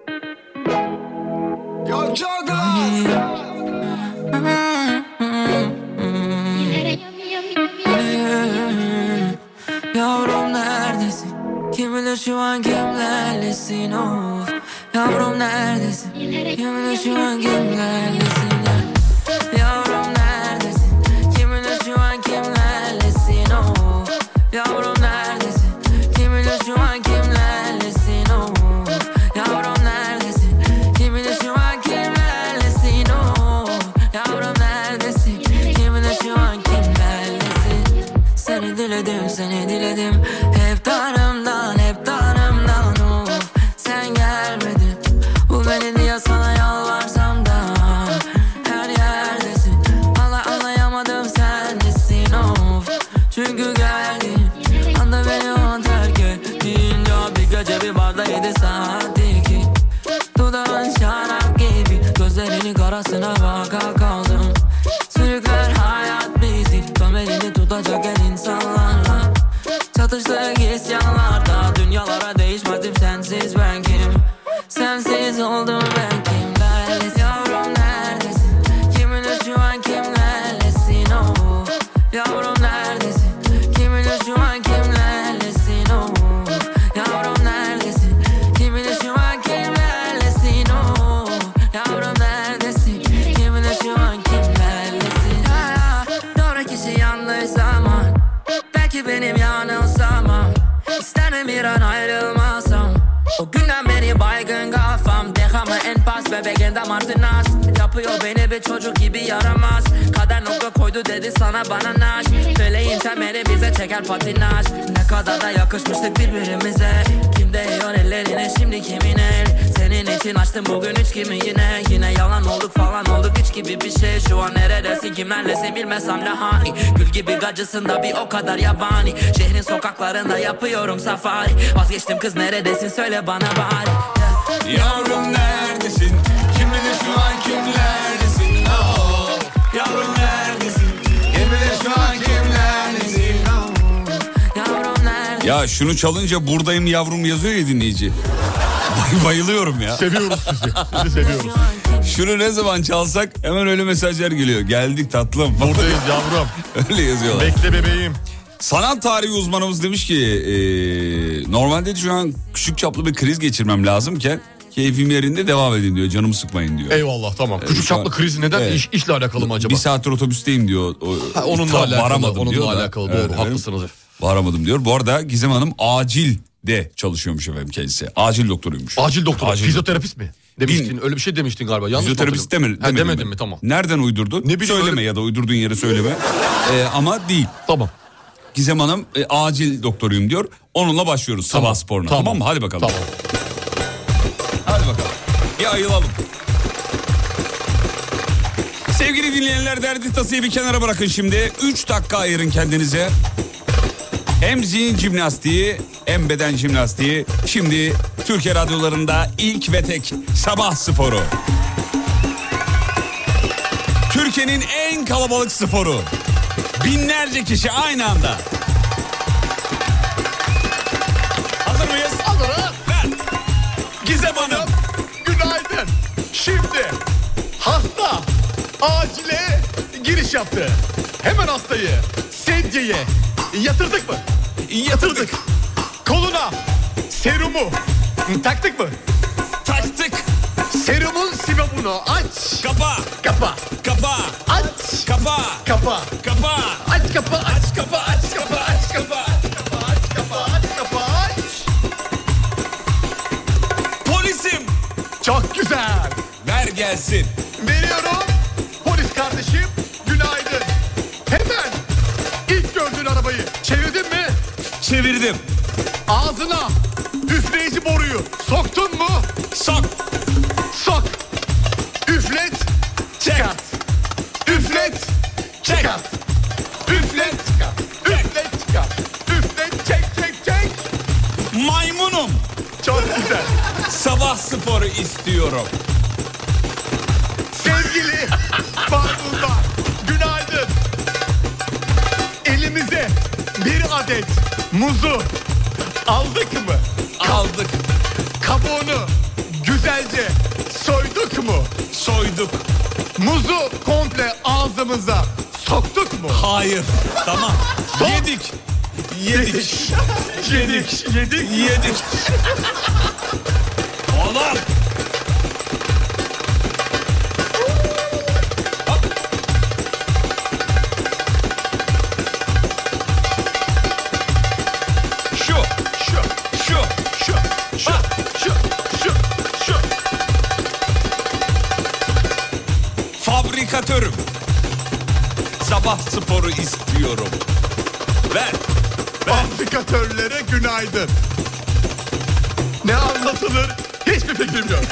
Yavrum neredesin? Kim bilir şu an kimlerlesin of. Yavrum neredesin? Kim bilir şu an kimlerlesin Yavrum neredesin? Kim bilir şu an kimlerlesin of. Yavrum neredesin? Kim bilir şu an kimlerlesin of. Yavrum neredesin? Kim bilir şu an kimlerlesin of. Yavrum neredesin? Kim bilir şu an kimlerlesin. Seni diledim hep darımdan of. Sen gelmedin, bu beni diye sana yalvarsam da her yerdesin. Anlayamadım sen nesin of. Çünkü geldin anda beni o terk ettin. Ya bir gece bir barda 7 saatti ki dudağın şarap gibi, gözlerinin karasına baka kaldım. Sürükler hayat bizi, tam elini tutacak el insanlarla. Çatıştık isyanlarda, dünyalara değişmedim sensiz ben kim? Sensiz oldum ben kimlerlesin? Yavrum neredesin? Kim bilir şu an kimlerlesin oh. Yavrum neredesin? Kim bilir şu an kimlerlesin oh. Yavrum neredesin? Kim bilir şu an kimlerlesin oh. Yavrum neredesin? Kim bilir şu an kimlerlesin? Doğru kişi yanlış zaman, belki benim yanılsamam. İsterim bir an ayrılmasam. O günden beri baygın kafam. Déjame en paz bebeğin damartın az. yapıyor beni bir çocuk gibi yaramaz. Kader nokta koydu dedi sana bana naş. Feleğin temeli bize çeker patinaj. Ne kadar da yakışmıştık birbirimize. Kim değiyor ellerine şimdi kimin el? Senin için açtım bugün üç kimi yine. Yine yalan olduk falan olduk hiç gibi bir şey. Şu an neredesin kimlerlesin bilmesem de hani. Gül gibi gacısın da bir o kadar yabani. Şehrin sokaklarında yapıyorum safari. Vazgeçtim kız neredesin söyle bana bari. Yavrum neredesin? Kim bilir şu an kimlerdesin? Oh. Yavrum neredesin? Kim bilir şu an kimlerdesin? Oh. Yavrum neredesin? Ya şunu çalınca buradayım yavrum yazıyor ya dinleyici. Bayılıyorum ya. Seviyoruz sizi. Sizi seviyoruz. Şunu ne zaman çalsak hemen öyle mesajlar geliyor. Geldik tatlım. Buradayız yavrum. Öyle yazıyorlar. Bekle bebeğim. Sanat tarihi uzmanımız demiş ki normalde şu an küçük çaplı bir kriz geçirmem lazımken keyfim yerinde devam edin diyor. Canımı sıkmayın diyor. Eyvallah tamam. Küçük çaplı kriz neden? Evet. İşle alakalı mı acaba? Bir saattir otobüsteyim diyor. Onunla alakalı. Onunla alakalı doğru evet, haklısınız. Varamadım diyor. Bu arada Gizem Hanım acilde çalışıyormuş efendim kendisi. Acil doktoruymuş. Acil doktor. Fizyoterapist mi? Demiştin öyle bir şey demiştin galiba. Yanlış fizyoterapist demedim mi? Tamam. Nereden uydurdun? Ne bileyim, söyleme ya da uydurduğun yeri söyleme. Ama değil. Tamam. Gizem Hanım acil doktoruyum diyor. Onunla başlıyoruz sabah sporuna. Tamam mı? Hadi bakalım. Tamam. Hadi bakalım. Bir ayılalım. Sevgili dinleyenler derdi tasayı bir kenara bırakın şimdi. 3 dakika ayırın kendinize. Hem zihin jimnastiği hem beden jimnastiği. Şimdi Türkiye radyolarında ilk ve tek sabah sporu. Türkiye'nin en kalabalık sporu. Binlerce kişi aynı anda. Hazır mıyız? Hazırız. Ver. Gizem Hanım. Günaydın. Şimdi hasta acile giriş yaptı. Hemen hastayı sedyeye yatırdık mı? Yatırdık. Koluna serumu taktık mı? Taktık. Serumun sibabunu aç. Kapa. Kapa. Kapa. Aç. Kapa. Kapa. Kapa. Aç kapa. Aç kapa. Aç kapa. Aç kapa. Aç kapa. Aç kapa. Aç. Polisim. Çok güzel. Ver gelsin. Veriyorum. Polis kardeşim günaydın. Hemen ilk gördüğün arabayı çevirdin mi? Çevirdim. Ağzına üfleyici boruyu soktun mu? Sok. Sok. Üflet. Çıkart. Üflet. Çıkart. Üflet. Çıkart. Üflet. Çıkart. Üflet. Çek. Maymunum. Çok güzel. Sabah sporu istiyorum. Sevgili Farmuzlar, günaydın. Elimize bir adet muzu aldık mı? Aldık. Kabuğunu güzelce soyduk mu? Soyduk. Muzu komple ağzımıza soktuk mu? Hayır. Tamam. Yedik. Yedik. Oğlum. Fabrikatörüm. Sabah sporu istiyorum. Ver. Fabrikatörlere günaydın. Ne anlatılır hiçbir fikrim yok.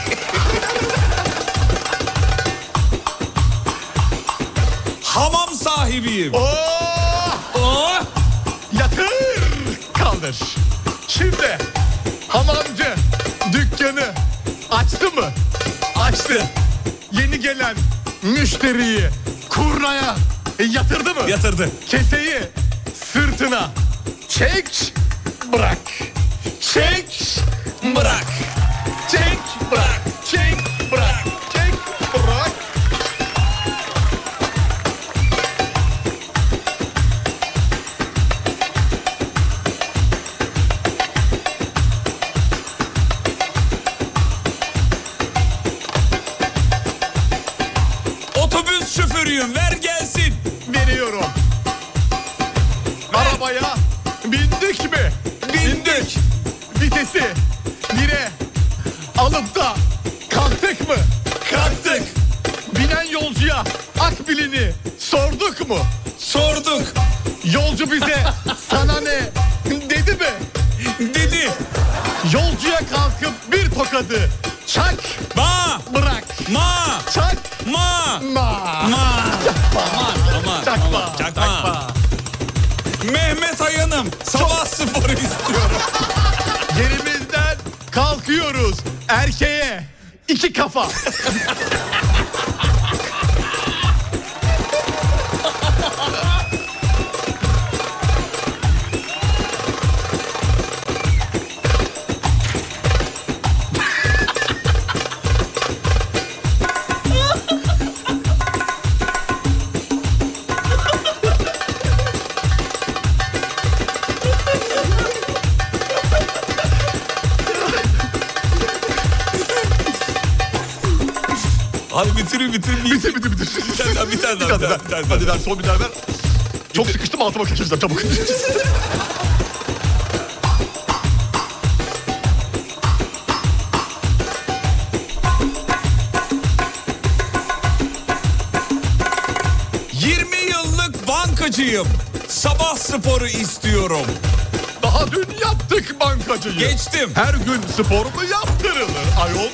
Hamam sahibiyim. Oh! Yatır kaldır. Şimdi hamamcı dükkanı açtı mı? Açtı. Yeni gelen müşteriyi kurnaya yatırdı mı? Yatırdı. Keseyi sırtına çek bırak. Çek bırak. Çek bırak. Çek bırak. Çek bırak. Otobüs şoförüyüm. Ver gelsin. Veriyorum. Arabaya bindik mi? Bindik. Vitesi bire alıp da kalktık mı? Kalktık. akbilini sorduk mu? Sorduk. Yolcu bize sana ne dedi mi? Dedi. Yolcuya kalkıp bir tokadı çak Ma. bırak. Ma. Çak Ma. ma. Ma. Aman. Çakma. Çakma. Mehmet Ayanım sabah sporu istiyorum. Yerimizden kalkıyoruz. Erkeğe 2 kafa. Hadi bitir. Bir tane daha. Hadi ver son bir tane ver. Çok sıkıştım altıma kaçıracağım çabuk. bankacıyım. Sabah sporu istiyorum. Daha dün yaptık bankacıyı. Geçtim. Her gün spor mu yaptırılır ayol?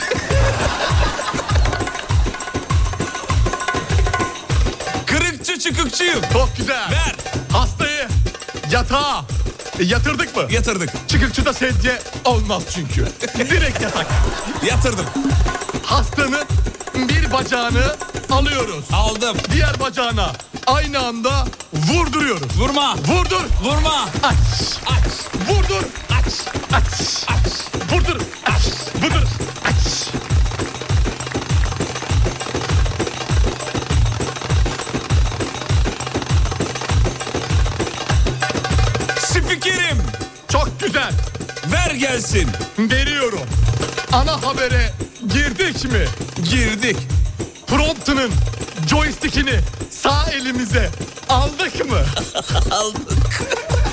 Kırıkçı çıkıkçıyım. Çok güzel. Ver. Hastayı yatağa yatırdık mı? Yatırdık. Çıkıkçıda sedye olmaz çünkü. Direkt yatak. Yatırdım. Hastanın bir bacağını alıyoruz. Aldım. Diğer bacağına aynı anda vurduruyoruz. Vurma. Vurdur. Vurma. Aç. Aç. Vurdur. Aç. Aç. Aç. Vurdur. Aç. Vurdur. Aç. Spikerim. Çok güzel. Ver gelsin. Veriyorum. Ana habere girdik mi? Girdik. Prompter'ın joystick'ini sağ elimize aldık mı? Aldık.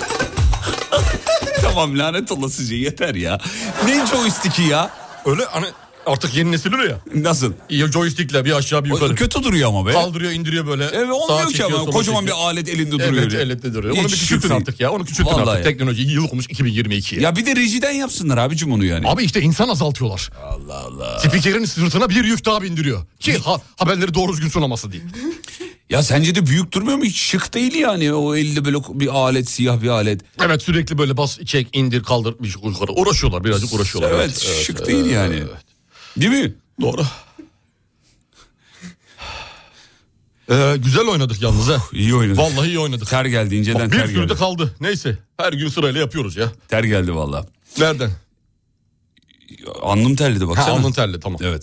Tamam lanet olasıca yeter ya. Ne joystick'i ya? Öyle hani artık yeni nesil öyle ya. Nasıl? Joystick'le bir aşağı bir yukarı. Kötü duruyor ama be. Kaldırıyor indiriyor böyle. Evet olmuyor ki ama kocaman bir alet elinde duruyor. Evet elinde duruyor. Onu bir küçültün artık ya. Onu küçültün vallahi artık. Teknoloji yıl olmuş 2022. Ya bir de rejiden yapsınlar abicim onu yani. Abi işte insan azaltıyorlar. Allah Allah. Spikerin sırtına bir yük daha bindiriyor. Ki haberleri doğru düzgün sunaması değil. Ya sence de büyük durmuyor mu? Hiç şık değil yani. O elde böyle bir alet, siyah bir alet. Evet sürekli böyle bas, çek, indir, kaldır bir şey yukarı. Uğraşıyorlar birazcık uğraşıyorlar. Evet, şık değil yani. Evet. Değil mi? Doğru. Güzel oynadık yalnız ha. İyi oynadık. Vallahi iyi oynadık. Ter geldi inceden ter geldi. Bir sürü de kaldı. Neyse her gün sırayla yapıyoruz ya. Ter geldi vallahi. Nereden? Alnım terledi baksana. Alnın terli tamam. Evet.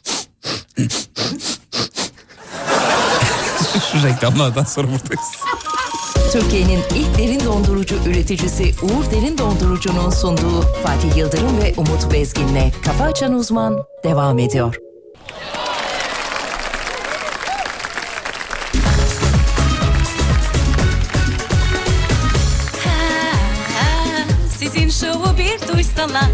Şu reklamlardan sonra buradayız. Türkiye'nin ilk derin dondurucu üreticisi Uğur Derin Dondurucu'nun sunduğu Fatih Yıldırım ve Umut Bezgin'le Kafa Açan Uzman devam ediyor. Sizin şovu bir duysalar,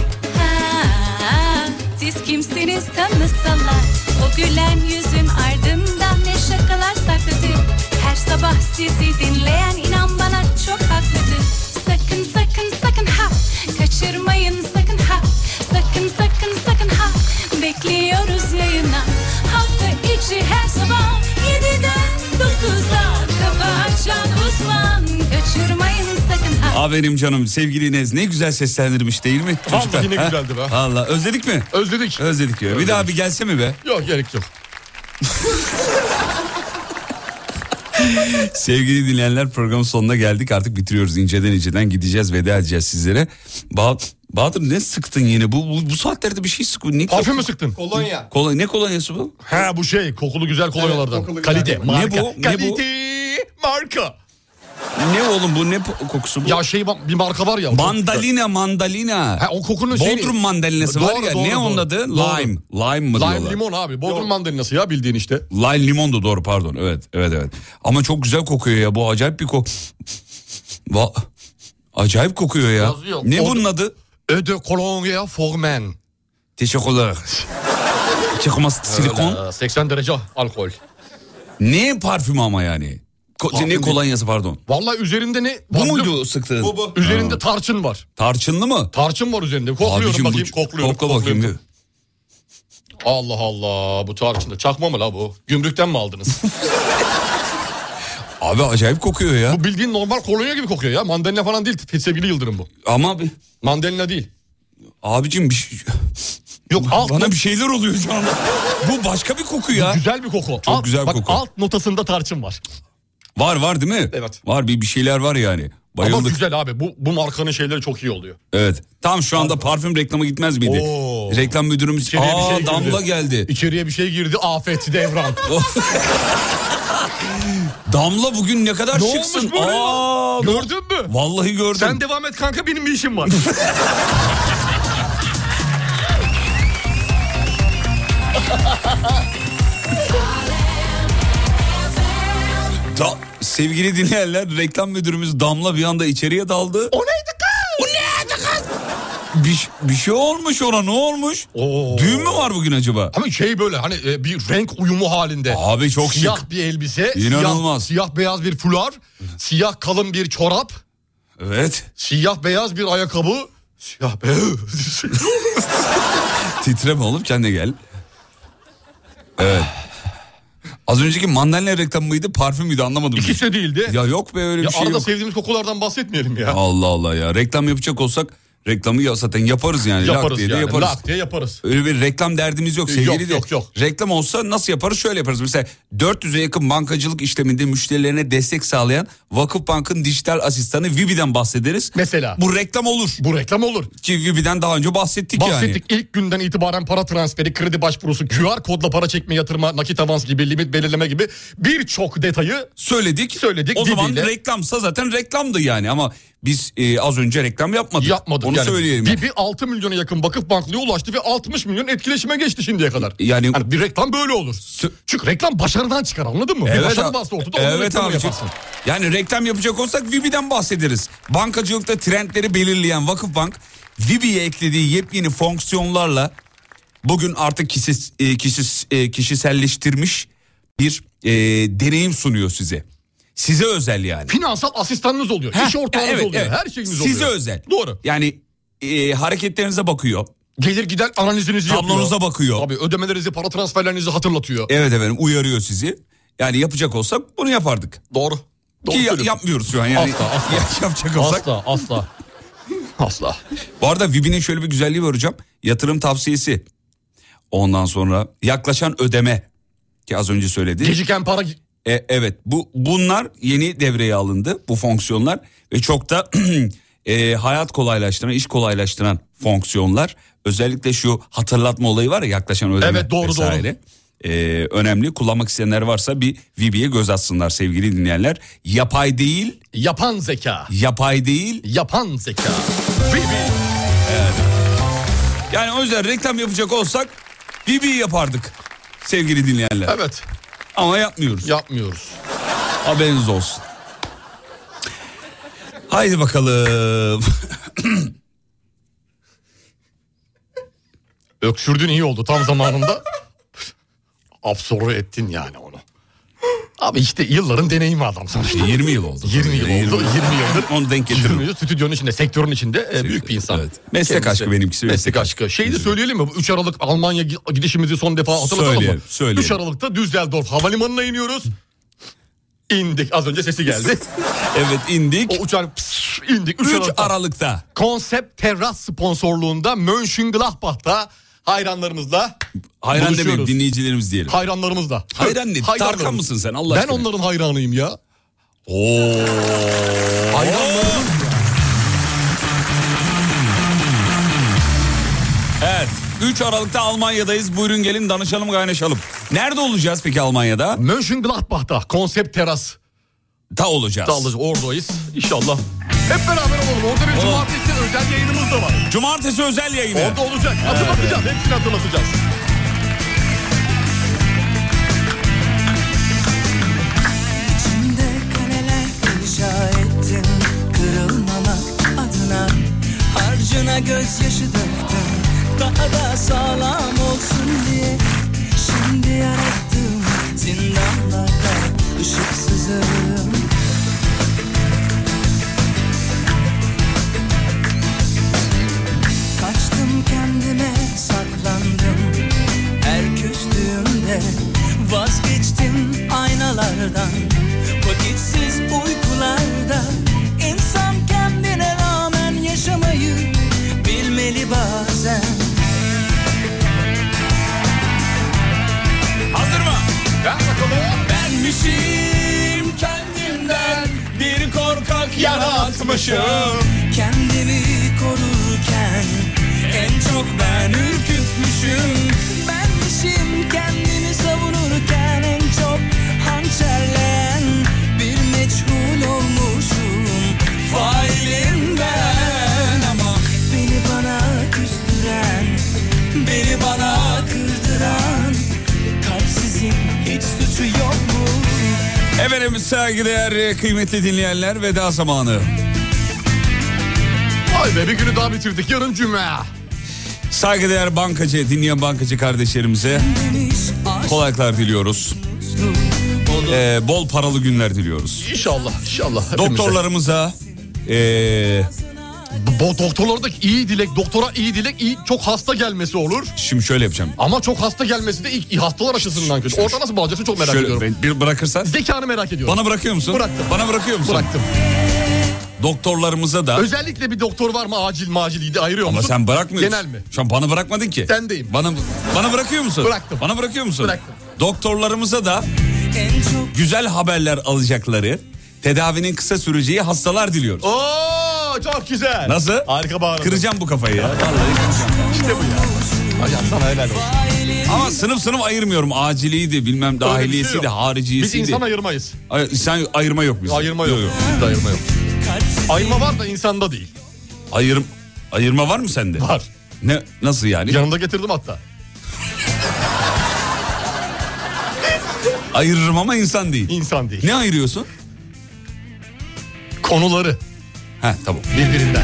siz kimsiniz tanısalar, o gülen yüzün ardından ne şakalar sakladı. Her sabah sizi dinleyen inan bana çok haklıdır. Sakın sakın sakın ha, kaçırmayın sakın ha. Sakın sakın sakın ha, bekliyoruz yayına. Hafta içi her sabah 7'den 9'a Kafa Açan Uzman, kaçırmayın sakın ha. Aferin canım sevgili Inez, ne güzel seslendirmiş değil mi? Vallahi ne güzeldi be. Valla özledik mi? Özledik. Özledik ya. Bir daha bir gelse mi be? Yok gerek yok. Sevgili dinleyenler, programın sonuna geldik. Artık bitiriyoruz. İnceden gideceğiz, veda edeceğiz sizlere. Bahadır ne sıktın yine? Bu saatlerde bir şey sıkıyor. Parfüm mü sıktın? Kolonya. Ne kolonyası bu? Ha bu şey kokulu güzel kolonyalardan. Evet, kokulu güzel. Kalite, marka. Ne bu? Kalite, marka. Ne oğlum bu, ne kokusu bu? Ya şey bir marka var ya. Mandalina. Ha, o kokunun Bodrum mandalinası var ya. Ne onun adı? Lime. Lime mı diyorlar? Lime limon abi. Bodrum mandalinası ya bildiğin işte. Lime limon da doğru pardon. Evet. Ama çok güzel kokuyor ya. Bu acayip bir acayip kokuyor ya. Yazıyor. Ne bunun adı? Eau de Cologne for men. Teşekkürler. Çıkmaz silikon. 80 derece alkol. Ne parfümü ama yani? Ne kolonyası pardon. Vallahi üzerinde ne? Bu muydu sıktığın? Bu. Üzerinde tarçın var. Tarçınlı mı? Tarçın var üzerinde. Kokluyorum abicim, bakayım. Kokluyorum. Kokla bakayım. Allah Allah, bu tarçın da çakma mı la bu? Gümrükten mi aldınız? Abi acayip kokuyor ya. Bu bildiğin normal kolonya gibi kokuyor ya. Mandalina falan değil sevgili Yıldırım bu. Ama abi. Mandalina değil. Abicim bir şey... Yok, bana bir şeyler oluyor şu anda. Bu başka bir koku ya. Güzel bir koku. Çok güzel bir koku. Alt notasında tarçın var. Var değil mi? Evet. Var bir şeyler var yani. Bayıldık. Ama güzel abi, bu markanın şeyleri çok iyi oluyor. Evet. Tam şu anda parfüm reklamı gitmez miydi? Oo. Reklam müdürümüz Damla geldi. İçeriye bir şey girdi, afet devran. Damla bugün ne kadar ne şıksın. Olmuş böyle? Gördün mü? Vallahi gördüm. Sen devam et kanka, benim bir işim var. Sevgili dinleyenler, reklam müdürümüz Damla bir anda içeriye daldı. O neydi kız? O neydi kız? Bir şey olmuş ona, ne olmuş? Düğün mü var bugün acaba? Ama şey böyle hani bir renk uyumu halinde. Abi çok siyah şık. bir elbise. İnanılmaz. Siyah beyaz bir fular. Siyah kalın bir çorap. Evet. Siyah beyaz bir ayakkabı. Siyah beyaz. Titreme oğlum, kendine gel. Evet. Az önceki mandalina reklamı mıydı, parfüm müydü, anlamadım. İkisi de değildi. Ya yok be, öyle bir şey arada yok. sevdiğimiz kokulardan bahsetmeyelim ya. Allah Allah ya. Reklam yapacak olsak reklamı ya zaten yaparız yani. Yaparız Lak diye yani. yaparız. Lak diye yaparız. Öyle bir reklam derdimiz yok sevgili Yok. Reklam olsa nasıl yaparız? Şöyle yaparız. Mesela 400'e yakın bankacılık işleminde müşterilerine destek sağlayan Vakıfbank'ın dijital asistanı Vibi'den bahsederiz. Mesela. Bu reklam olur. Bu reklam olur. Ki Vibi'den daha önce bahsettik yani. Bahsettik. İlk günden itibaren para transferi, kredi başvurusu, QR kodla para çekme, yatırma, nakit avans gibi, limit belirleme gibi birçok detayı söyledik. Vibi'yle. O zaman reklamsa zaten reklamdı yani, ama biz az önce reklam yapmadık. Onu yani. söyleyelim. Vibi 6 milyona yakın Vakıfbanklı'ya ulaştı ve 60 milyon etkileşime geçti şimdiye kadar. Yani bir reklam böyle olur. Çünkü reklam başarıdan çıkar, anladın mı? Evet, bir başarı varsa ortada, evet abi. Yani reklam yapacak olsak Vibi'den bahsederiz. Bankacılıkta trendleri belirleyen Vakıfbank, Vibi'ye eklediği yepyeni fonksiyonlarla bugün artık kişiselleştirmiş bir deneyim sunuyor size. Size özel yani. Finansal asistanınız oluyor. İş ortağınız oluyor. Evet. Her şeyiniz oluyor. Size özel. Doğru. Yani hareketlerinize bakıyor. Gelir gider analizinizi yapıyor. Tablonuza bakıyor. Tabii ödemelerinizi, para transferlerinizi hatırlatıyor. Evet efendim, uyarıyor sizi. Yani yapacak olsak bunu yapardık. Doğru. Ki yapmıyoruz şu an yani. Asla. Yapacak olsak. Asla. Bu arada Vibi'nin şöyle bir güzelliği var hocam. Yatırım tavsiyesi. Ondan sonra yaklaşan ödeme. Ki az önce söyledi. Geciken para... Evet, bunlar yeni devreye alındı, bu fonksiyonlar ve çok da hayat kolaylaştıran, iş kolaylaştıran fonksiyonlar. Özellikle şu hatırlatma olayı var ya, yaklaşan ödeme. Evet, doğru. Önemli. Kullanmak isteyenler varsa bir Vibi'ye göz atsınlar sevgili dinleyenler. Yapay değil, yapan zeka. Yapay değil, yapan zeka. Vibi. Evet. Yani o yüzden reklam yapacak olsak Vibi'yi yapardık sevgili dinleyenler. Evet. Ama yapmıyoruz. Haberiniz olsun. Haydi bakalım. Öksürdün, iyi oldu tam zamanında. Absorbe ettin yani onu. Abi işte yılların deneyimi adam sonuçta. 20 yıl oldu. 20 yıldır. Onu denk getiririm. 20 yıl stüdyonun içinde, sektörün içinde büyük bir insan. Evet. Meslek aşkı benimkisi. Meslek aşkı. Şeyi de söyleyelim mi? 3 Aralık Almanya gidişimizi son defa hatırlatalım mı? Söyleyelim. 3 Aralık'ta Düsseldorf havalimanına iniyoruz. İndik. Az önce sesi geldi. Evet, indik. O uçağın indik. 3 Aralık'ta. Konsept Terras sponsorluğunda Mönchengladbach'ta hayranlarımızla hayran demeyin, dinleyicilerimiz diyelim. Hayranlarımızla. Hayran ne? Tarkan mısın sen Allah aşkına? Ben onların hayranıyım ya. Hayranlarımız. Evet. 3 Aralık'ta Almanya'dayız. Buyurun gelin, danışalım, kaynaşalım. Nerede olacağız peki Almanya'da? Mönchengladbach'ta Konsept Terras. Olacağız. Oradayız inşallah. Hep beraber olalım. Orada bir cumartesi özel yayınımız da var. Cumartesi özel yayını. Orada olacak. Hatırlatacağız. Evet. Hepsini hatırlatacağız. İçimde kaleler inşa ettim, kırılmamak adına. Harcına gözyaşı döktüm, daha da sağlam olsun diye. Şimdi yarattığım zindanlarda ışıksızım. Kaçtım kendime saklandım, her küstüğümde vazgeçtim aynalardan. Vakitsiz uykularda insan kendine rağmen yaşamayı bilmeli bazen. Hazır mı? Ben bakalım. Benmişim kendimden bir korkak yaratmışım. Kendimi korurken en çok ben ürkütmüşüm. Benmişim kendimi savunurken en çok hançerleyen bir meçhul olmuşum. Failim ben ama beni bana küstüren, beni bana kırdıran kalpsizin hiç suçu yok mu? Efendim saygıdeğer kıymetli dinleyenler, veda zamanı. Vay be, bir günü daha bitirdik, yarın cuma. Saygıdeğer bankacı, dinleyen bankacı kardeşlerimize kolaylıklar diliyoruz. Bol paralı günler diliyoruz. İnşallah, inşallah. Doktorlarımıza... Doktorlarda iyi dilek, doktora iyi dilek, iyi çok hasta gelmesi olur. Şimdi şöyle yapacağım. Ama çok hasta gelmesi de ilk hastalar açısından kötü. Orada nasıl bağlayacaksın çok merak ediyorum. Bir bırakırsan. Zekanı merak ediyorum. Bana bırakıyor musun? Bıraktım. Bana bırakıyor musun? Bıraktım. Doktorlarımıza da. Özellikle bir doktor var mı acil ayırıyor musun? Ama sen bırakmıyorsun. Genel mi? Şu an bana bırakmadın ki. Sendeyim. Bana bırakıyor musun? Bıraktım. Bana bırakıyor musun? Bıraktım. Doktorlarımıza da güzel haberler alacakları, tedavinin kısa süreceği hastalar diliyoruz. Oo, çok güzel. Nasıl? Harika bağırdın. Kıracağım bu kafayı ya. Vallahi kıracağım. İşte bu ya. Hocam sana helal olsun. Ama sınıf ayırmıyorum. Aciliydi, bilmem dahiliyesiydi, hariciyesiydi. Biz insan ayırmayız. Sen ayırma yok bizde. Ayırma yok. Bizde ayırma yok. Ayırma var da insanda değil. Ayırma var mı sende? Var. Ne, nasıl yani? Yanında getirdim hatta. Ayırırım ama insan değil. İnsan değil. Ne ayırıyorsun? Konuları. Heh, tamam. Birbirinden.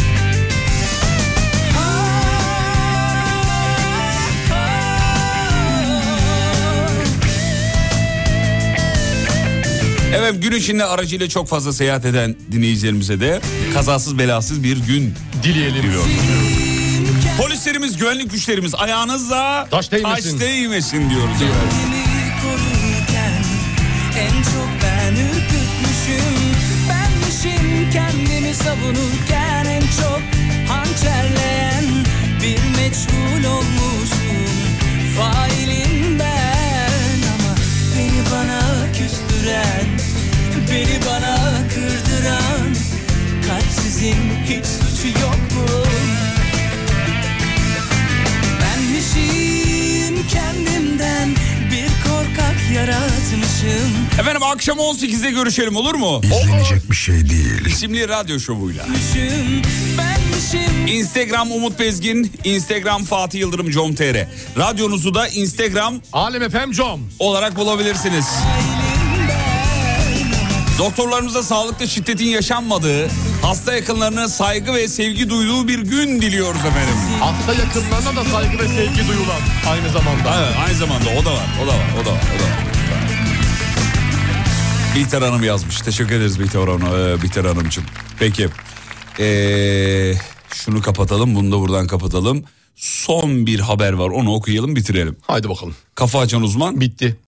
Evet, gün içinde aracıyla çok fazla seyahat eden dinleyicilerimize de kazasız belasız bir gün dileyelim. Polislerimiz, güvenlik güçlerimiz ayağınızla taş değmesin diyoruz. Korurken en çok ben ürkütmüşüm. Benmişim kendimi savunurken en çok hançerleyen bir meçhul olmuşum. Failim ben ama beni bana küstüren, beni bana kırdıran kalpsizin hiç suçu yok mu? Benmişim kendimden bir korkak yaratmışım. Efendim akşam 18'de görüşelim, olur mu? İzlenecek bir şey değil. İsimli radyo şovuyla. Benmişim. Instagram Umut Bezgin, Instagram Fatih Yıldırım com.tr. Radyonuzu da Instagram Alem FM com olarak bulabilirsiniz. Doktorlarımıza sağlıkta şiddetin yaşanmadığı, hasta yakınlarına saygı ve sevgi duyduğu bir gün diliyoruz efendim. Hasta yakınlarına da saygı ve sevgi duyulan aynı zamanda. Evet, aynı zamanda o da var. Bihter Hanım yazmış. Teşekkür ederiz Bihter Hanımcığım. Peki. Şunu kapatalım, bunu da buradan kapatalım. Son bir haber var, onu okuyalım, bitirelim. Haydi bakalım. Kafa açan uzman. Bitti.